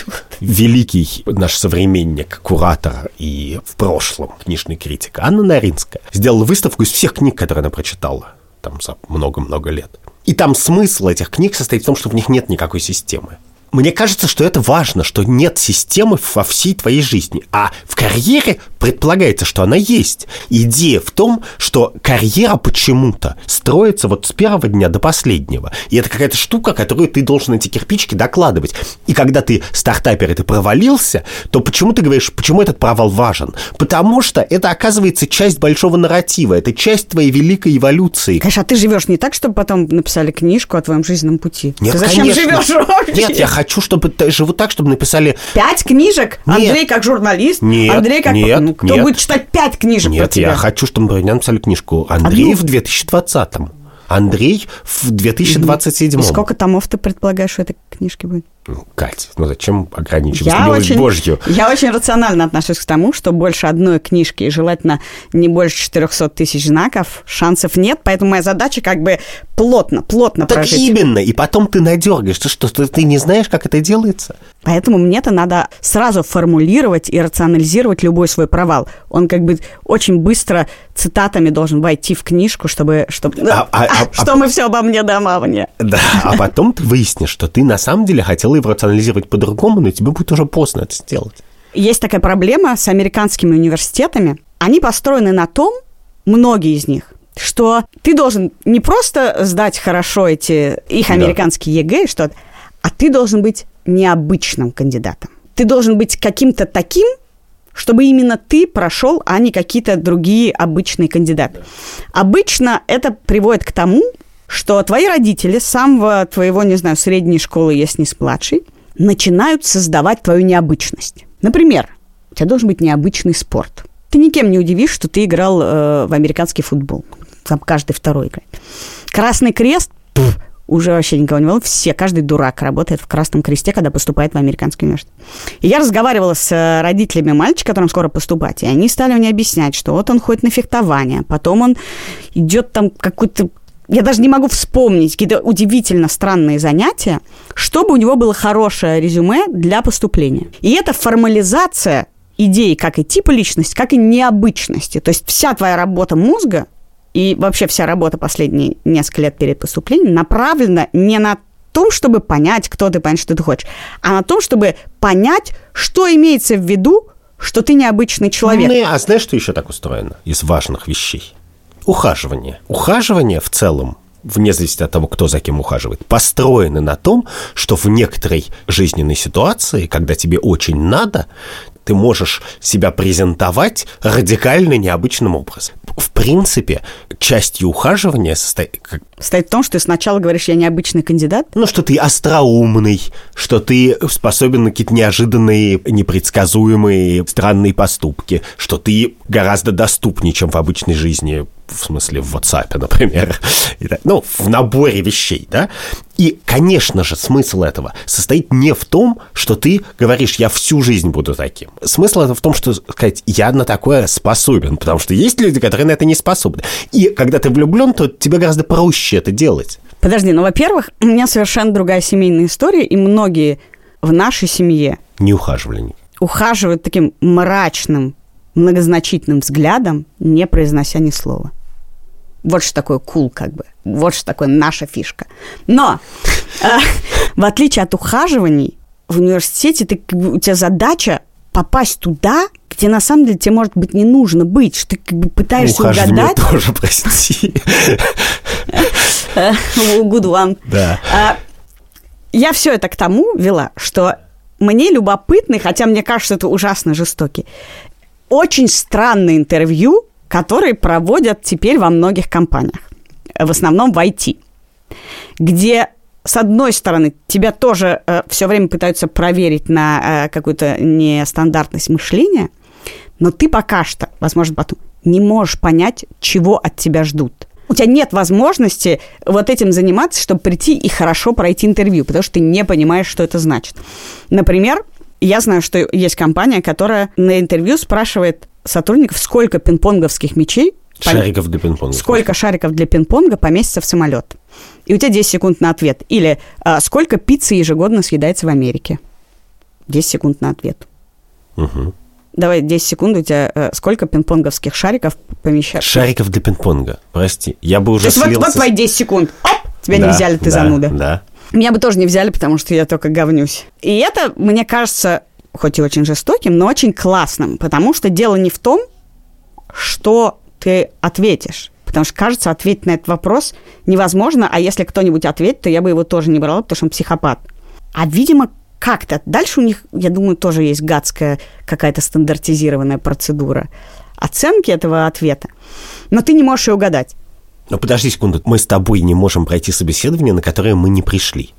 великий наш современник, куратор и в прошлом книжный критик Анна Наринская сделала выставку из всех книг, которые она прочитала там за много-много лет. И там смысл этих книг состоит в том, что в них нет никакой системы. Мне кажется, что это важно, что нет системы во всей твоей жизни. А в карьере предполагается, что она есть. Идея в том, что карьера почему-то строится вот с первого дня до последнего. И это какая-то штука, которую ты должен эти кирпичики докладывать. И когда ты стартапер, и ты провалился, то почему ты говоришь, почему этот провал важен? Потому что это, оказывается, часть большого нарратива. Это часть твоей великой эволюции. Конечно, а ты живешь не так, чтобы потом написали книжку о твоем жизненном пути? Нет, ты зачем живешь вообще? Нет, я хочу, чтобы живу так, чтобы написали... 5 книжек? Нет. Андрей как журналист? Нет, Андрей как... нет, кто будет читать 5 книжек про тебя? Нет, я хочу, чтобы про меня написали книжку Андрей в 2020-м. Андрей в 2027-м. И сколько томов ты предполагаешь, что этой книжки будет? Кать, зачем ограничиваться милость Божью? Я очень рационально отношусь к тому, что больше одной книжки, и желательно не больше 400 тысяч знаков, шансов нет, поэтому моя задача как бы плотно так прожить. Так именно, и потом ты надергаешь. Ты не знаешь, как это делается? Поэтому мне-то надо сразу формулировать и рационализировать любой свой провал. Он как бы очень быстро цитатами должен войти в книжку, чтобы что мы все обо мне, да обо мне. Да, а потом ты выяснишь, что ты на самом деле хотела его рационализировать по-другому, но тебе будет уже поздно это сделать. Есть такая проблема с американскими университетами. Они построены на том, многие из них, что ты должен не просто сдать хорошо их американские ЕГЭ, а ты должен быть необычным кандидатом. Ты должен быть каким-то таким, чтобы именно ты прошел, а не какие-то другие обычные кандидаты. Обычно это приводит к тому, что твои родители с самого твоего, средней школы, если не с младшей, начинают создавать твою необычность. Например, у тебя должен быть необычный спорт. Ты никем не удивишь, что ты играл в американский футбол. Там каждый второй играет. Красный крест уже вообще никого не волнует. Каждый дурак работает в Красном Кресте, когда поступает в американский университет. И я разговаривала с родителями мальчика, которым скоро поступать, и они стали мне объяснять, что вот он ходит на фехтование, потом он идет там какой-то... Я даже не могу вспомнить какие-то удивительно странные занятия, чтобы у него было хорошее резюме для поступления. И это формализация идей как и типа личности, как и необычности. То есть вся твоя работа мозга и вообще вся работа последние несколько лет перед поступлением направлена не на том, чтобы понять, кто ты, понять, что ты хочешь, а на том, чтобы понять, что имеется в виду, что ты необычный человек. А знаешь, что еще так устроено из важных вещей? Ухаживание. Ухаживание в целом, вне зависимости от того, кто за кем ухаживает, построено на том, что в некоторой жизненной ситуации, когда тебе очень надо, ты можешь себя презентовать радикально необычным образом. В принципе, частью ухаживания состоит в том, что ты сначала говоришь, я необычный кандидат? Что ты остроумный, что ты способен на какие-то неожиданные, непредсказуемые, странные поступки, что ты гораздо доступнее, чем в обычной жизни, в смысле в WhatsApp, например. В наборе вещей, да? И, конечно же, смысл этого состоит не в том, что ты говоришь, я всю жизнь буду таким. Смысл это в том, что сказать, я на такое способен, потому что есть люди, которые на это не способны. И когда ты влюблен, то тебе гораздо проще это делать. Подожди, во-первых, у меня совершенно другая семейная история, и многие в нашей семье не ухаживали. Ухаживают таким мрачным, многозначительным взглядом, не произнося ни слова. Вот что такое кул, как бы. Вот что такое наша фишка. Но, в отличие от ухаживаний, в университете у тебя задача попасть туда, где на самом деле тебе, может быть, не нужно быть, что ты как бы пытаешься угадать. Тоже, прости. Good one. Да. Я все это к тому вела, что мне любопытны, хотя мне кажется, это ужасно жестокий, очень странные интервью, которые проводят теперь во многих компаниях, в основном в IT, где, с одной стороны, тебя тоже все время пытаются проверить на какую-то нестандартность мышления, но ты пока что, возможно, потом, не можешь понять, чего от тебя ждут. У тебя нет возможности вот этим заниматься, чтобы прийти и хорошо пройти интервью, потому что ты не понимаешь, что это значит. Например, я знаю, что есть компания, которая на интервью спрашивает сотрудников, сколько пинг-понговских мячей, шариков для пинг-понга. Сколько шариков для пинг-понга поместится в самолет. И у тебя 10 секунд на ответ. Или сколько пиццы ежегодно съедается в Америке. 10 секунд на ответ. Угу. Давай, 10 секунд, у тебя сколько пинг-понговских шариков помещается? Шариков для пинг-понга, прости. Я бы уже слился. Вот твои 10 секунд. Оп, тебя не взяли, ты зануда. Да. Меня бы тоже не взяли, потому что я только говнюсь. И это, мне кажется, хоть и очень жестоким, но очень классным, потому что дело не в том, что ты ответишь. Потому что, кажется, ответить на этот вопрос невозможно, а если кто-нибудь ответит, то я бы его тоже не брала, потому что он психопат. А, видимо, как-то. Дальше у них, я думаю, тоже есть гадская какая-то стандартизированная процедура оценки этого ответа. Но ты не можешь ее угадать. Но подожди секунду, мы с тобой не можем пройти собеседование, на которое мы не пришли.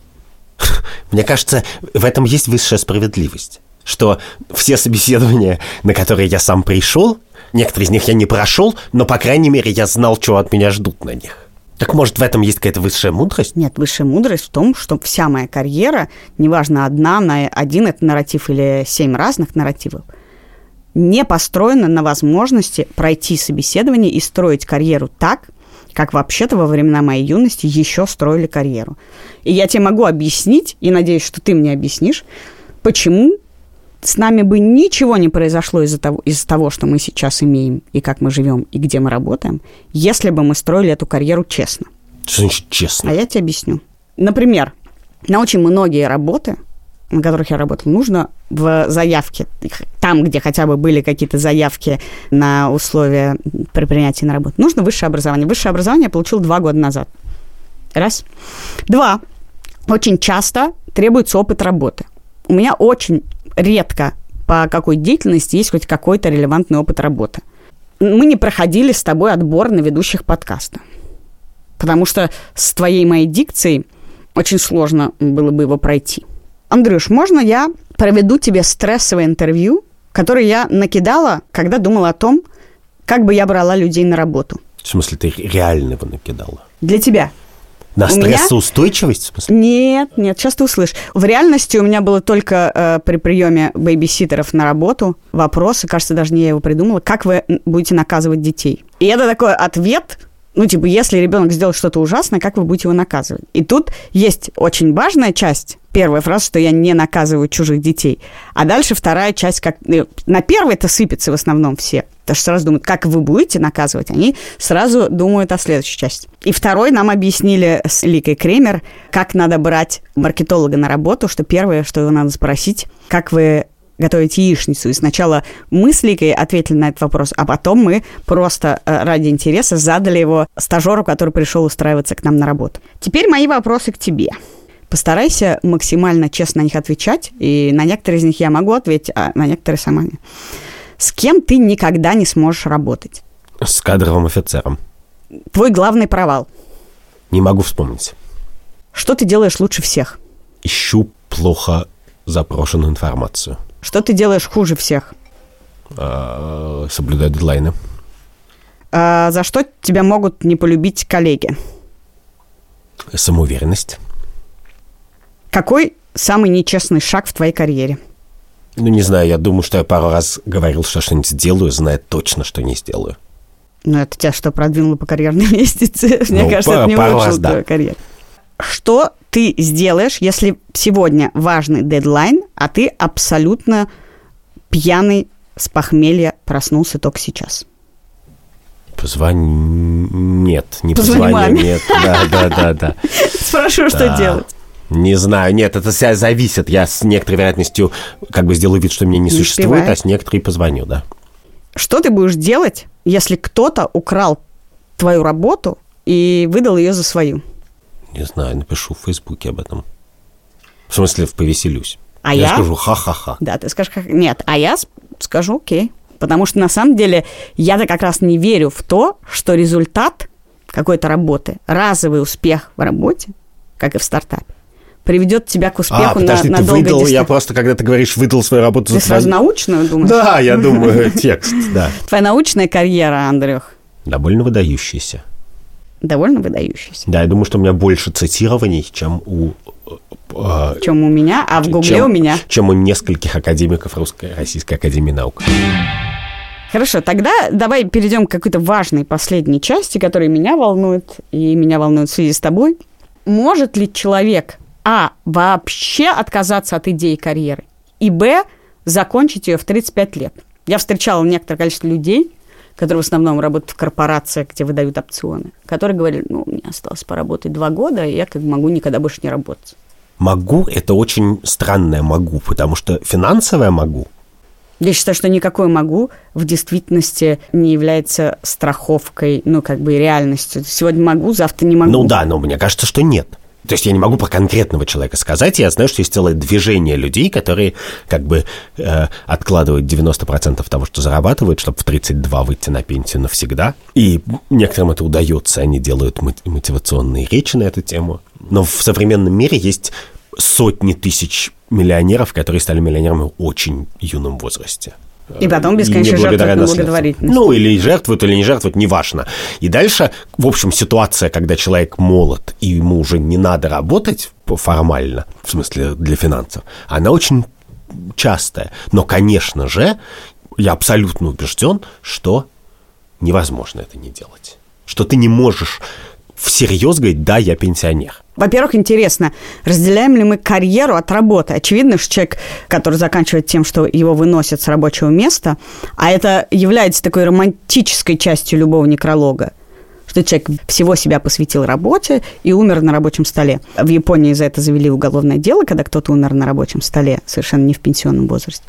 Мне кажется, в этом есть высшая справедливость. Что все собеседования, на которые я сам пришел, некоторые из них я не прошел, но, по крайней мере, я знал, что от меня ждут на них. Так, может, в этом есть какая-то высшая мудрость? Нет, высшая мудрость в том, что вся моя карьера, неважно, один это нарратив или 7 разных нарративов, не построена на возможности пройти собеседование и строить карьеру так, как вообще-то во времена моей юности еще строили карьеру. И я тебе могу объяснить, и надеюсь, что ты мне объяснишь, почему с нами бы ничего не произошло из-за того, что мы сейчас имеем, и как мы живем, и где мы работаем, если бы мы строили эту карьеру честно. Что значит честно? А я тебе объясню. Например, на очень многие работы, на которых я работала, нужно в заявке, там, где хотя бы были какие-то заявки на условия при принятии на работу, нужно высшее образование. Высшее образование я получила 2 года назад. Раз. 2. Очень часто требуется опыт работы. У меня очень редко по какой деятельности есть хоть какой-то релевантный опыт работы. Мы не проходили с тобой отбор на ведущих подкаста, потому что с твоей моей дикцией очень сложно было бы его пройти. Андрюш, можно я проведу тебе стрессовое интервью, которое я накидала, когда думала о том, как бы я брала людей на работу? В смысле, ты реально его накидала? Для тебя. На стрессоустойчивость, в смысле? Нет, сейчас ты услышишь. В реальности у меня было только при приеме бэйбиситеров на работу вопросы, кажется, даже не я его придумала, как вы будете наказывать детей. И это такой ответ, если ребенок сделал что-то ужасное, как вы будете его наказывать? И тут есть очень важная часть. Первая фраза, что я не наказываю чужих детей. А дальше вторая часть, как на первой-то сыпятся в основном все. Потому что сразу думают, как вы будете наказывать, они сразу думают о следующей части. И второй нам объяснили с Ликой Кремер, как надо брать маркетолога на работу, что первое, что его надо спросить, как вы готовите яичницу. И сначала мы с Ликой ответили на этот вопрос, а потом мы просто ради интереса задали его стажеру, который пришел устраиваться к нам на работу. Теперь мои вопросы к тебе. Постарайся максимально честно на них отвечать, и на некоторые из них я могу ответить, а на некоторые сама не. С кем ты никогда не сможешь работать? С кадровым офицером. Твой главный провал? Не могу вспомнить. Что ты делаешь лучше всех? Ищу плохо запрошенную информацию. Что ты делаешь хуже всех? Соблюдаю дедлайны. За что тебя могут не полюбить коллеги? Самоуверенность. Какой самый нечестный шаг в твоей карьере? Не знаю, я думаю, что я пару раз говорил, что что-нибудь сделаю, зная точно, что не сделаю. Это тебя что, продвинуло по карьерной лестнице? Мне кажется, это не улучшило твою карьеру. Что ты сделаешь, если сегодня важный дедлайн, а ты абсолютно пьяный с похмелья проснулся только сейчас? Нет, не позвони позвоню. Маме. Нет, да. Спрошу, что делать. Не знаю, нет, это зависит. Я с некоторой вероятностью как бы сделаю вид, что меня не существует, а с некоторой позвоню, да. Что ты будешь делать, если кто-то украл твою работу и выдал ее за свою? Не знаю, напишу в Фейсбуке об этом. В смысле, повеселюсь. А я скажу ха-ха-ха. Да, ты скажешь ха-ха. Нет, а я скажу окей. Потому что на самом деле я-то как раз не верю в то, что результат какой-то работы, разовый успех в работе, как и в стартапе, приведет тебя к успеху на долгой дистанции. Я просто, когда ты говоришь, выдал свою работу ты сразу научную думаешь? Да, я думаю, текст, да. Твоя научная карьера, Андрюх? Довольно выдающаяся. Довольно выдающаяся. Да, я думаю, что у меня больше цитирований, чем у меня, а в Гугле у меня. Чем у нескольких академиков Российской академии наук. Хорошо, тогда давай перейдем к какой-то важной последней части, которая меня волнует, и меня волнует в связи с тобой. Может ли человек, вообще отказаться от идеи карьеры, и, закончить ее в 35 лет? Я встречала некоторое количество людей, которые в основном работают в корпорациях, где выдают опционы, которые говорили, мне осталось поработать 2 года, и я могу никогда больше не работать. Могу – это очень странное могу, потому что финансовое могу. Я считаю, что никакое могу в действительности не является страховкой, реальностью. Сегодня могу, завтра не могу. Но мне кажется, что нет. То есть я не могу про конкретного человека сказать. Я знаю, что есть целое движение людей, которые откладывают 90% того, что зарабатывают, чтобы в 32 выйти на пенсию навсегда. И некоторым это удается, они делают мотивационные речи на эту тему. Но в современном мире есть сотни тысяч миллионеров, которые стали миллионерами в очень юном возрасте. И потом бесконечно жертвуют на благотворительность. Или жертвуют, или не жертвуют, неважно. И дальше, в общем, ситуация, когда человек молод, и ему уже не надо работать формально, в смысле для финансов, она очень частая. Но, конечно же, я абсолютно убежден, что невозможно это не делать. Что ты не можешь всерьез говорить, да, я пенсионер. Во-первых, интересно, разделяем ли мы карьеру от работы? Очевидно, что человек, который заканчивает тем, что его выносят с рабочего места, а это является такой романтической частью любого некролога, что человек всего себя посвятил работе и умер на рабочем столе. В Японии за это завели уголовное дело, когда кто-то умер на рабочем столе, совершенно не в пенсионном возрасте.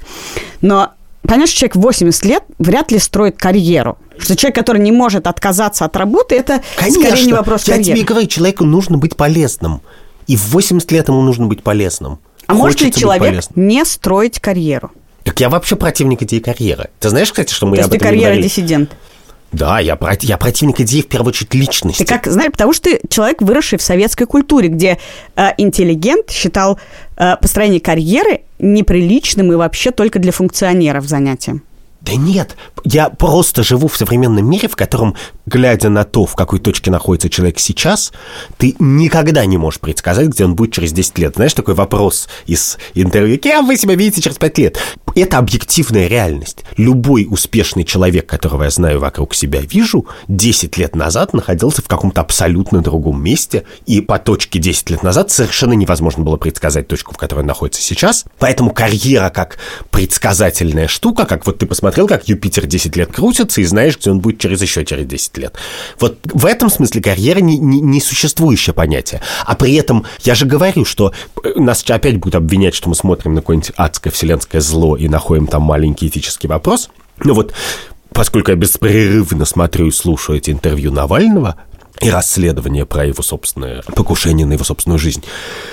Но понятно, что человек в 80 лет вряд ли строит карьеру. Что человек, который не может отказаться от работы, это скорее не вопрос карьеры. Я тебе говорю, человеку нужно быть полезным. И в 80 лет ему нужно быть полезным. А может ли человек не строить карьеру? Так я вообще противник идеи карьеры. Ты знаешь, кстати, что мы об этом не говорили? То есть ты карьера-диссидент? Да, я противник идеи, в первую очередь, личности. Ты знаешь, потому что ты человек, выросший в советской культуре, где интеллигент считал построение карьеры неприличным и вообще только для функционеров занятием. Да нет, я просто живу в современном мире, в котором, глядя на то, в какой точке находится человек сейчас, ты никогда не можешь предсказать, где он будет через 10 лет. Знаешь, такой вопрос из интервью: кем вы себя видите через 5 лет? Это объективная реальность. Любой успешный человек, которого я знаю, вокруг себя вижу, 10 лет назад находился в каком-то абсолютно другом месте, и по точке 10 лет назад совершенно невозможно было предсказать точку, в которой он находится сейчас. Поэтому карьера как предсказательная штука, как вот ты посмотрел, как Юпитер 10 лет крутится, и знаешь, где он будет через 10 лет. Вот в этом смысле карьера не существующее понятие. А при этом я же говорю, что нас опять будут обвинять, что мы смотрим на какое-нибудь адское вселенское зло и находим там маленький этический вопрос. Но вот поскольку я беспрерывно смотрю и слушаю эти интервью Навального и расследования про его собственное покушение на его собственную жизнь,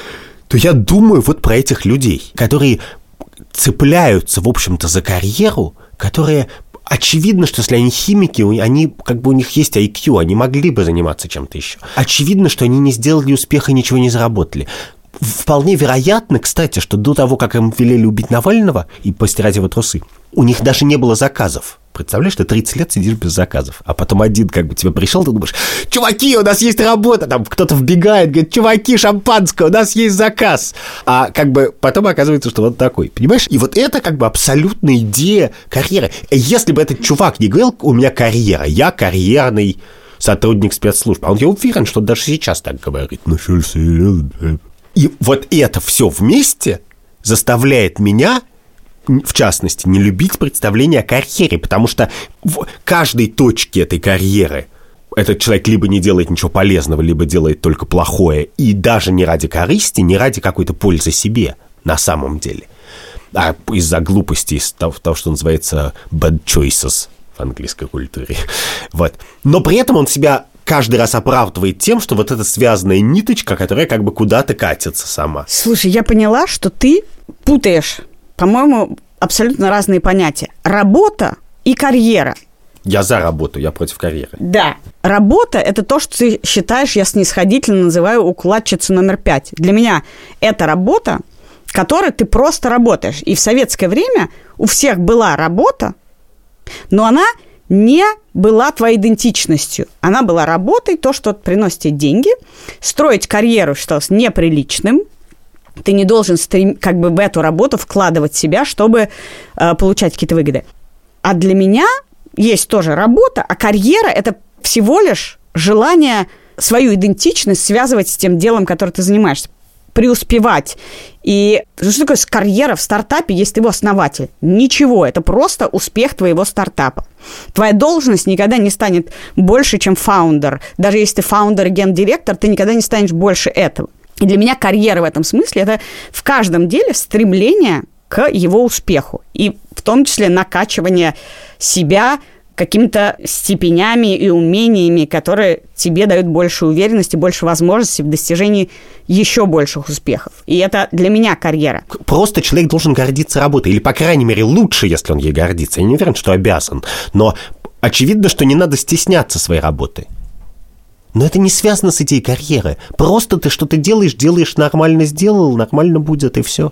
то я думаю вот про этих людей, которые цепляются, в общем-то, за карьеру, которые, очевидно, что если они химики, они, у них есть IQ, они могли бы заниматься чем-то еще. Очевидно, что они не сделали успеха и ничего не заработали. Вполне вероятно, кстати, что до того, как им велели убить Навального и постирать его трусы, у них даже не было заказов. Представляешь, ты 30 лет сидишь без заказов, а потом один тебе пришел, ты думаешь: чуваки, у нас есть работа, там кто-то вбегает, говорит: чуваки, шампанское, у нас есть заказ. А потом оказывается, что вот такой, понимаешь? И вот это абсолютная идея карьеры. Если бы этот чувак не говорил: у меня карьера, я карьерный сотрудник спецслужб, а я уверен, что даже сейчас так говорит. И вот это все вместе заставляет меня, в частности, не любить представление о карьере, потому что в каждой точке этой карьеры этот человек либо не делает ничего полезного, либо делает только плохое, и даже не ради корысти, не ради какой-то пользы себе на самом деле, а из-за глупости, из того, что называется bad choices в английской культуре. Вот. Но при этом он себя каждый раз оправдывает тем, что вот эта связанная ниточка, которая как бы куда-то катится сама. Слушай, я поняла, что ты путаешь, по-моему, абсолютно разные понятия. Работа и карьера. Я за работу, я против карьеры. Да. Работа – это то, что ты считаешь, я снисходительно называю укладчицу номер 5. Для меня это работа, которой ты просто работаешь. И в советское время у всех была работа, но она не была твоей идентичностью. Она была работой, то, что приносит тебе деньги. Строить карьеру считалось неприличным. Ты не должен как бы в эту работу вкладывать себя, чтобы получать какие-то выгоды. А для меня есть тоже работа, а карьера – это всего лишь желание свою идентичность связывать с тем делом, которым ты занимаешься, преуспевать. И что такое карьера в стартапе, если ты его основатель? Ничего, это просто успех твоего стартапа. Твоя должность никогда не станет больше, чем фаундер. Даже если ты фаундер и гендиректор, ты никогда не станешь больше этого. И для меня карьера в этом смысле – это в каждом деле стремление к его успеху. И в том числе накачивание себя какими-то степенями и умениями, которые тебе дают больше уверенности, больше возможностей в достижении еще больших успехов. И это для меня карьера. Просто человек должен гордиться работой. Или, по крайней мере, лучше, если он ей гордится. Я не уверен, что обязан. Но очевидно, что не надо стесняться своей работы. Но это не связано с идеей карьеры. Просто ты что-то делаешь, нормально сделал, нормально будет, и все.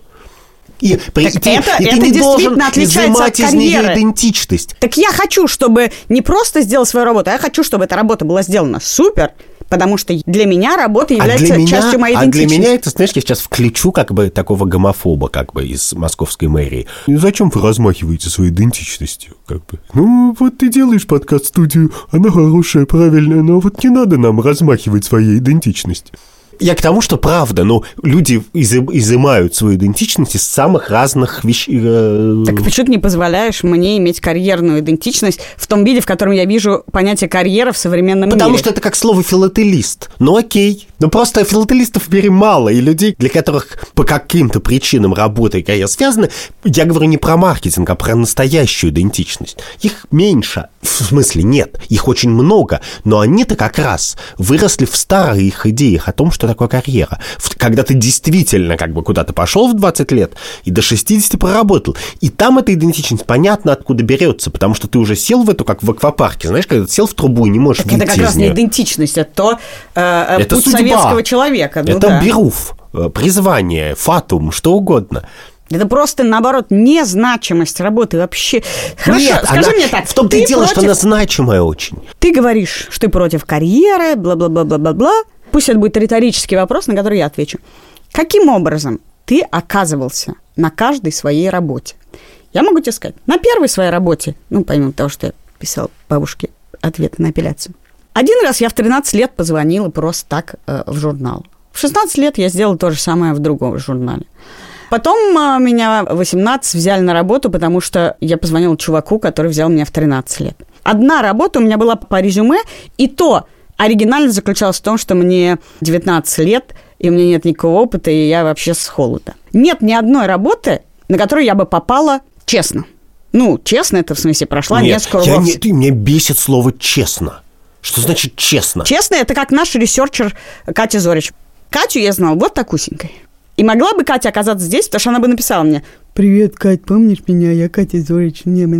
И ты не должен изымать из нее идентичность. Так я хочу, чтобы не просто сделал свою работу, а я хочу, чтобы эта работа была сделана супер, потому что для меня работа является частью моей идентичности. А для меня это, знаешь, я сейчас включу как бы такого гомофоба как бы из московской мэрии. Ну, зачем вы размахиваете своей идентичностью? Как бы? Ну, вот ты делаешь подкаст-студию, она хорошая, правильная, но вот не надо нам размахивать своей идентичностью. Я к тому, что правда, но люди изымают свою идентичность из самых разных вещей. Так почему ты не позволяешь мне иметь карьерную идентичность в том виде, в котором я вижу понятие карьера в современном мире? Потому что это как слово филателист. Ну окей. Но просто филателистов в мире мало, и людей, для которых по каким-то причинам работа и карьера связаны, я говорю не про маркетинг, а про настоящую идентичность. Их меньше. В смысле нет. Их очень много. Но они-то как раз выросли в старых идеях о том, что такое карьера. Когда ты действительно как бы куда-то пошел в 20 лет и до 60 проработал. И там эта идентичность понятно откуда берется, потому что ты уже сел в эту, как в аквапарке. Знаешь, когда ты сел в трубу и не можешь выйти из нее. Это как раз не идентичность, это это путь судьба советского человека. Ну, это беруф, призвание, фатум, что угодно. Это просто, наоборот, незначимость работы вообще. Хорошо, нет, скажи мне так. В том-то и дело, что она значимая очень. Ты говоришь, что ты против карьеры, бла-бла-бла-бла-бла-бла. Пусть это будет риторический вопрос, на который я отвечу. Каким образом ты оказывался на каждой своей работе? Я могу тебе сказать, на первой своей работе, помимо того, что я писал бабушке ответы на апелляцию. Один раз я в 13 лет позвонила просто так в журнал. В 16 лет я сделала то же самое в другом журнале. Потом меня в 18 взяли на работу, потому что я позвонила чуваку, который взял меня в 13 лет. Одна работа у меня была по резюме, и то оригинальность заключалась в том, что мне 19 лет, и у меня нет никакого опыта, и я вообще с холода. Нет ни одной работы, на которую я бы попала честно. Честно, это в смысле прошла несколько кругов. Меня бесит слово «честно». Что значит «честно»? Честно – это как наш ресерчер Катя Зорич. Катю я знала вот такусенькой. И могла бы Катя оказаться здесь, потому что она бы написала мне: «Привет, Кать, помнишь меня? Я Катя Зорич.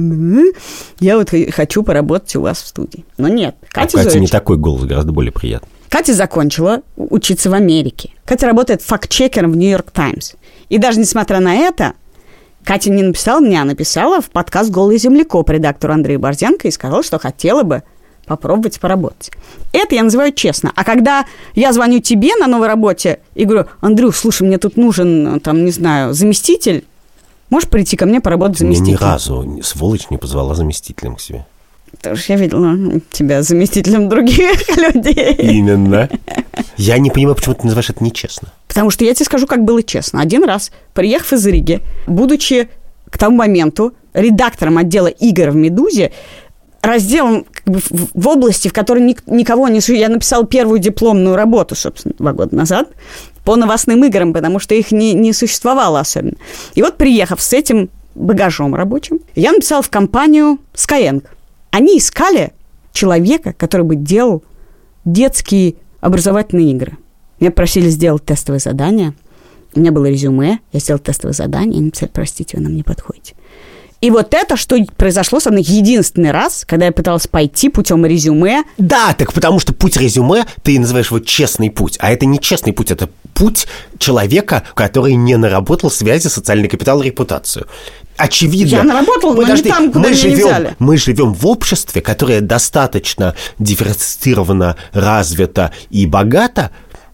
Я вот хочу поработать у вас в студии». Но нет, Катя Зорич... не такой голос, гораздо более приятный. Катя закончила учиться в Америке. Катя работает факт-чекером в «Нью-Йорк Таймс». И даже несмотря на это, Катя не написала мне, а написала в подкаст «Голый землекоп» редактору Андрею Борзенко и сказала, что хотела бы попробовать поработать. Это я называю честно. А когда я звоню тебе на новой работе и говорю: «Андрюх, слушай, мне тут нужен, заместитель, можешь прийти ко мне поработать заместителем?» Мне ни разу сволочь не позвала заместителем к себе. Потому что я видела тебя заместителем других людей. Именно. Я не понимаю, почему ты называешь это нечестно. Потому что я тебе скажу, как было честно. Один раз, приехав из Риги, будучи к тому моменту редактором отдела игр в «Медузе», разделом как бы, в области, в которой никого не... Я написала первую дипломную работу, собственно, 2 года назад по новостным играм, потому что их не существовало особенно. И вот, приехав с этим багажом рабочим, я написала в компанию Skyeng. Они искали человека, который бы делал детские образовательные игры. Меня просили сделать тестовое задание. У меня было резюме, я сделала тестовое задание, и они написали: простите, вы нам не подходите. И вот это, что произошло со мной единственный раз, когда я пыталась пойти путем резюме. Да, так потому что путь резюме, ты называешь его честный путь, а это не честный путь, это путь человека, который не наработал связи, социальный капитал, репутацию. Очевидно. Я наработала, но не там, куда меня не взяли. Мы живем в обществе, которое достаточно диверсифицировано, развито и богато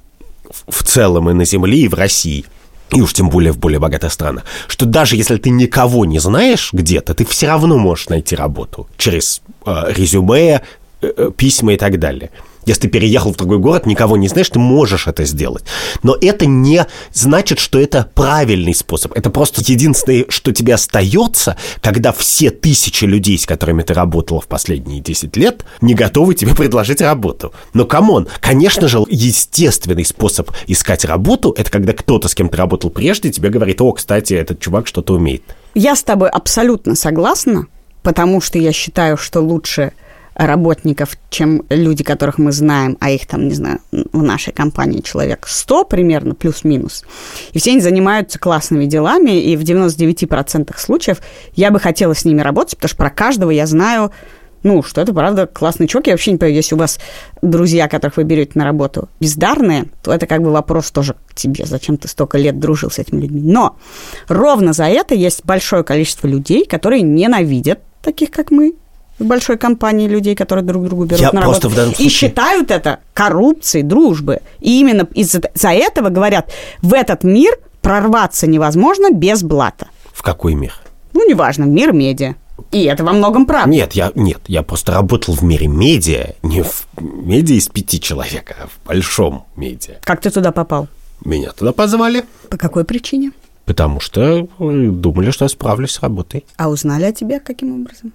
в целом и на Земле, и в России, и уж тем более в более богатых странах, что даже если ты никого не знаешь где-то, ты все равно можешь найти работу через резюме, письма и так далее. Если ты переехал в другой город, никого не знаешь, ты можешь это сделать. Но это не значит, что это правильный способ. Это просто единственное, что тебе остается, когда все 1000 людей, с которыми ты работала в последние 10 лет, не готовы тебе предложить работу. Но, камон, конечно же, естественный способ искать работу – это когда кто-то, с кем ты работал прежде, тебе говорит: о, кстати, этот чувак что-то умеет. Я с тобой абсолютно согласна, потому что я считаю, что лучше работников, чем люди, которых мы знаем, а их там, не знаю, в нашей компании человек 100 примерно, плюс-минус. И все они занимаются классными делами, и в 99% случаев я бы хотела с ними работать, потому что про каждого я знаю, ну, что это, правда, классный чувак. Я вообще не понимаю, если у вас друзья, которых вы берете на работу, бездарные, то это как бы вопрос тоже к тебе. Зачем ты столько лет дружил с этими людьми? Но ровно за это есть большое количество людей, которые ненавидят таких, как мы, в большой компании людей, которые друг другу берут на работу, и считают это коррупцией дружбы. И именно из-за этого говорят: в этот мир прорваться невозможно без блата. В какой мир? Ну, неважно, мир медиа. И это во многом правда. Нет, я просто работал в мире медиа, не в медиа из 5 человек, а в большом медиа. Как ты туда попал? Меня туда позвали. По какой причине? Потому что думали, что я справлюсь с работой. А узнали о тебе каким образом?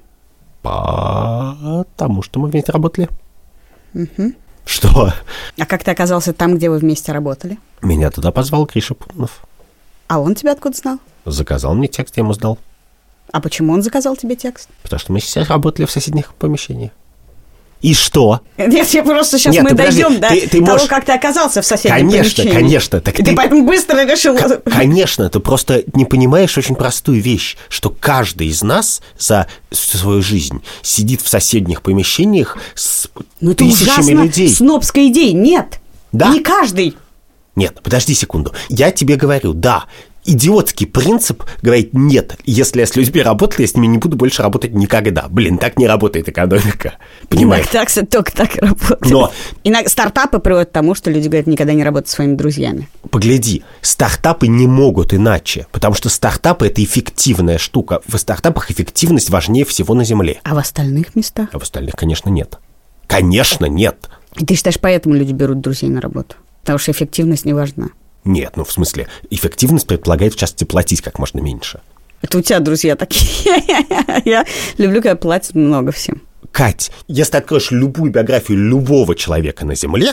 Потому что мы вместе работали. Угу. Что? А как ты оказался там, где вы вместе работали? Меня туда позвал Гриша Пунов. А он тебя откуда знал? Заказал мне текст, я ему сдал. А почему он заказал тебе текст? Потому что мы сейчас работали в соседних помещениях. И что? Нет, я просто сейчас мы дойдем до того, как ты оказался в соседнем помещении. Конечно. Так ты поэтому быстро решил... Конечно, ты просто не понимаешь очень простую вещь, что каждый из нас за свою жизнь сидит в соседних помещениях с тысячами людей. Снобская идея. Нет, да? Не каждый. Нет, подожди секунду. Я тебе говорю, да, идиотский принцип говорит: нет, если я с людьми работаю, я с ними не буду больше работать никогда. Блин, так не работает экономика. Понимаешь? Так, только так и работает. Но стартапы приводят к тому, что люди говорят: никогда не работать со своими друзьями. Погляди, стартапы не могут иначе, потому что стартапы – это эффективная штука. В стартапах эффективность важнее всего на Земле. А в остальных местах? А в остальных, конечно, нет. Конечно, нет. И ты считаешь, поэтому люди берут друзей на работу? Потому что эффективность не важна. Нет, в смысле, эффективность предполагает, в частности, платить как можно меньше. Это у тебя друзья такие. Я люблю, когда платят много всем. Кать, если ты откроешь любую биографию любого человека на Земле,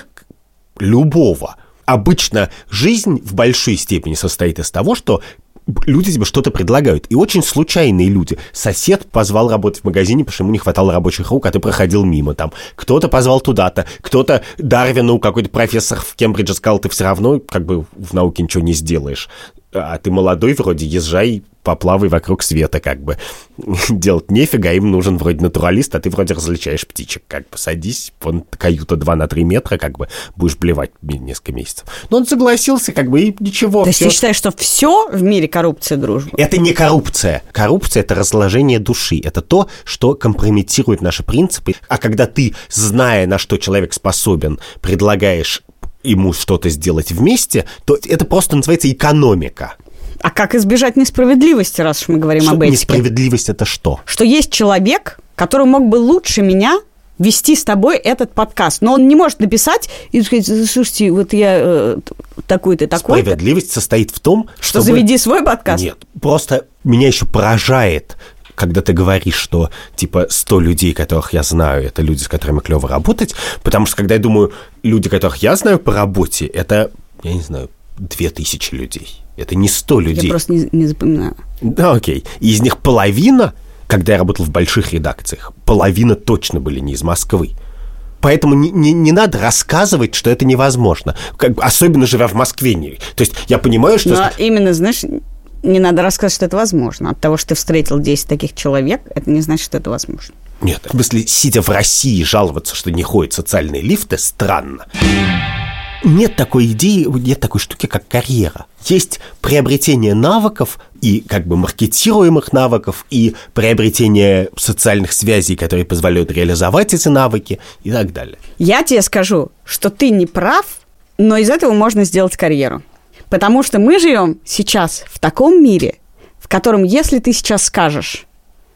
любого, обычно жизнь в большой степени состоит из того, что люди тебе что-то предлагают. И очень случайные люди. Сосед позвал работать в магазине, потому что ему не хватало рабочих рук, а ты проходил мимо там. Кто-то позвал туда-то, кто-то Дарвину, какой-то профессор в Кембридже сказал: ты все равно как бы в науке ничего не сделаешь. А ты молодой вроде, езжай, поплавай вокруг света, как бы. Делать нефига, им нужен вроде натуралист, а ты вроде различаешь птичек, как бы. Садись, вон каюта 2 на 3 метра, как бы, будешь блевать несколько месяцев. Но он согласился, как бы, и ничего. То есть ты считаешь, что все в мире коррупция, дружба? Это не коррупция. Коррупция – это разложение души. Это то, что компрометирует наши принципы. А когда ты, зная, на что человек способен, предлагаешь ему что-то сделать вместе, то это просто называется экономика. А как избежать несправедливости, раз уж мы говорим об этике? Несправедливость – это что? Что есть человек, который мог бы лучше меня вести с тобой этот подкаст, но он не может написать и сказать: слушайте, вот я такой-то, такой-то. Справедливость состоит в том, что заведи свой подкаст. Нет, просто меня еще поражает когда ты говоришь, что, типа, 100 людей, которых я знаю, это люди, с которыми клево работать, потому что, когда я думаю, люди, которых я знаю по работе, это, я не знаю, 2000 людей. Это не 100 людей. Я просто не запоминаю. Да, окей. И из них половина, когда я работал в больших редакциях, половина точно были не из Москвы. Поэтому не надо рассказывать, что это невозможно. Особенно живя в Москве. То есть я понимаю, что... Но именно, знаешь, не надо рассказывать, что это возможно. От того, что ты встретил 10 таких человек, это не значит, что это возможно. Нет, в смысле, сидя в России, жаловаться, что не ходят социальные лифты, странно. Нет такой идеи, нет такой штуки, как карьера. Есть приобретение навыков и как бы маркетируемых навыков, и приобретение социальных связей, которые позволяют реализовать эти навыки и так далее. Я тебе скажу, что ты не прав, но из этого можно сделать карьеру. Потому что мы живем сейчас в таком мире, в котором, если ты сейчас скажешь,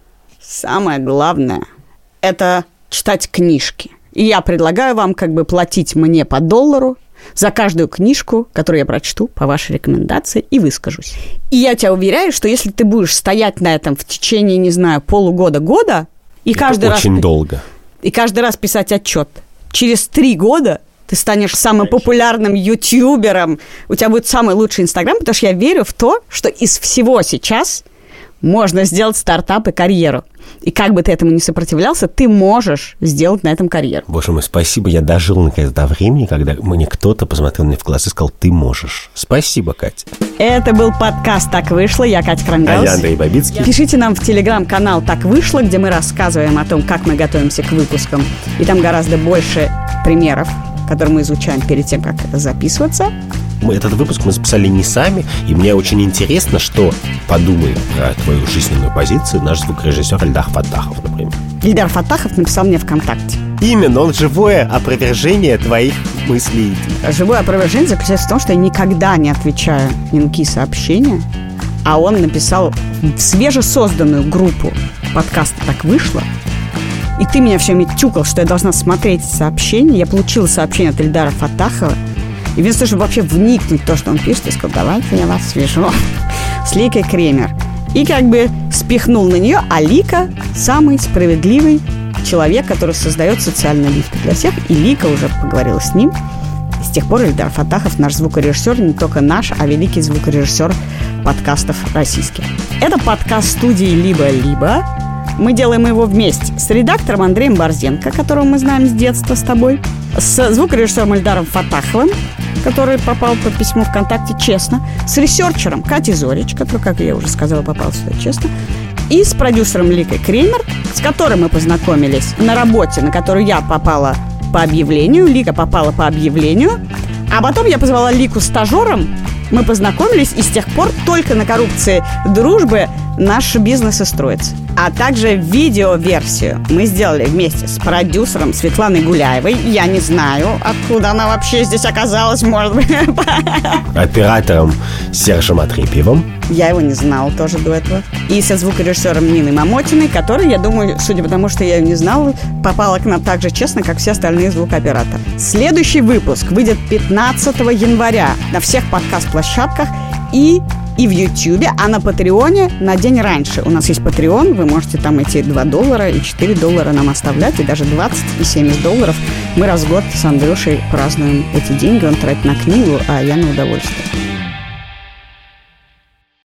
самое главное – это читать книжки. И я предлагаю вам как бы платить мне по $1 за каждую книжку, которую я прочту по вашей рекомендации и выскажусь. И я тебя уверяю, что если ты будешь стоять на этом в течение, не знаю, полугода-года, и каждый раз... очень долго. И каждый раз писать отчет. Через 3 года ты станешь самым популярным ютубером, у тебя будет самый лучший Инстаграм, потому что я верю в то, что из всего сейчас можно сделать стартап и карьеру. И как бы ты этому не сопротивлялся, ты можешь сделать на этом карьеру. Боже мой, спасибо. Я дожил наконец до времени, когда мне кто-то посмотрел мне в глаз и сказал, ты можешь. Спасибо, Катя. Это был подкаст «Так вышло». Я Катя Крангаус. А я Андрей Бабицкий. Пишите нам в телеграм-канал «Так вышло», где мы рассказываем о том, как мы готовимся к выпускам. И там гораздо больше примеров, которые мы изучаем перед тем, как записываться. Этот выпуск мы записали не сами, и мне очень интересно, что подумает про твою жизненную позицию наш звукорежиссер Ильдар Фаттахов, например. Ильдар Фаттахов написал мне ВКонтакте. Именно, он живое опровержение твоих мыслей. Живое опровержение заключается в том, что я никогда не отвечаю ни на какие сообщения, а он написал в свежесозданную группу подкаста «Так вышло», и ты меня все время тюкал, что я должна смотреть сообщения. Я получила сообщение от Ильдара Фаттахова. И вместо того, чтобы вообще вникнуть в то, что он пишет, я сказал, давайте я вас свяжу с Ликой Кремер. И как бы спихнул на нее, а Лика самый справедливый человек, который создает социальные лифты для всех. И Лика уже поговорила с ним. И с тех пор Ильдар Фаттахов наш звукорежиссер, не только наш, а великий звукорежиссер подкастов российских. Это подкаст студии «Либо-либо». Мы делаем его вместе с редактором Андреем Борзенко, которого мы знаем с детства с тобой, с звукорежиссером Ильдаром Фаттаховым, который попал по письму ВКонтакте честно, с ресерчером Катей Зорич, который, как я уже сказала, попал сюда честно, и с продюсером Ликой Кремер, с которой мы познакомились на работе, на которую я попала по объявлению, Лика попала по объявлению, а потом я позвала Лику стажером, мы познакомились, и с тех пор только на коррупции дружбы наш бизнес и строится. А также видеоверсию мы сделали вместе с продюсером Светланой Гуляевой. Я не знаю, откуда она вообще здесь оказалась, может быть. Оператором Сержем Атрепьевым. Я его не знала тоже до этого. И со звукорежиссером Ниной Мамотиной, которая, я думаю, судя по тому, что я ее не знала, попала к нам так же честно, как все остальные звукооператоры. Следующий выпуск выйдет 15 января на всех подкаст-площадках и в Ютьюбе, а на Патреоне на день раньше. У нас есть Патреон, вы можете там эти $2 и $4 нам оставлять, и даже $20 и $70. Мы раз в год с Андрюшей празднуем эти деньги, он тратит на книгу, а я на удовольствие.